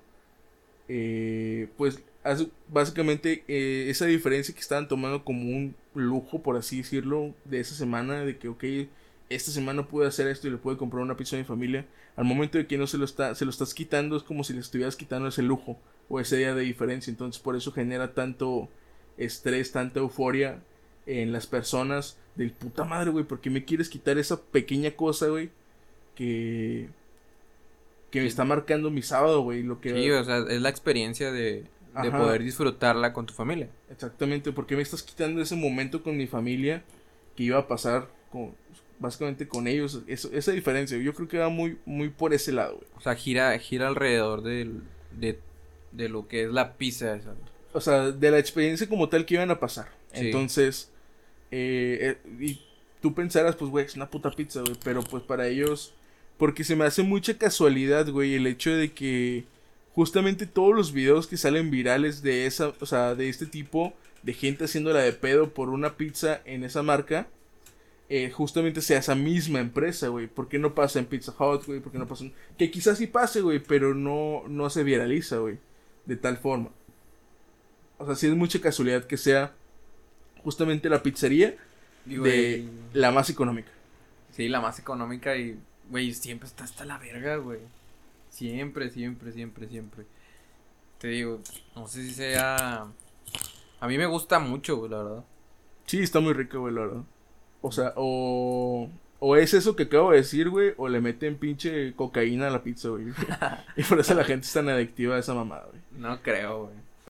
eh, pues hace- básicamente eh, esa diferencia que estaban tomando como un lujo, por así decirlo, de esa semana, de que, ok, esta semana pude hacer esto y le pude comprar una pizza a mi familia, al momento de que no se lo, está, se lo estás quitando, es como si le estuvieras quitando ese lujo o ese día de diferencia. Entonces por eso genera tanto estrés, tanta euforia en las personas del puta madre, güey, ¿por qué me quieres quitar esa pequeña cosa, güey? Que que me está marcando mi sábado, güey, lo que... Sí, o sea, es la experiencia de, de Ajá. poder disfrutarla con tu familia. Exactamente, porque me estás quitando ese momento con mi familia que iba a pasar con, básicamente con ellos, eso, esa diferencia, yo creo que va muy, muy por ese lado, güey. O sea, gira, gira alrededor del, de, de lo que es la pizza esa. O sea, de la experiencia como tal que iban a pasar. Sí. Entonces, eh, eh, y tú pensarás, pues, güey, es una puta pizza, güey, pero pues para ellos, porque se me hace mucha casualidad, güey, el hecho de que justamente todos los videos que salen virales de esa, o sea, de este tipo de gente haciéndola de pedo por una pizza en esa marca, eh, justamente sea esa misma empresa, güey. ¿Por qué no pasa en Pizza Hut, güey? ¿Por qué no pasa en... Que quizás sí pase, güey, pero no, no se viraliza, güey, de tal forma. O sea, sí es mucha casualidad que sea justamente la pizzería Digo, de y- la más económica. Sí, la más económica y, güey, siempre está hasta la verga, güey. Siempre, siempre, siempre, siempre. Te digo, no sé si sea... A mí me gusta mucho, güey, la verdad. Sí, está muy rico, güey, la verdad. O sea, o... O es eso que acabo de decir, güey, o le meten pinche cocaína a la pizza, güey. Y por eso la gente es tan adictiva a esa mamada, güey. No creo, güey.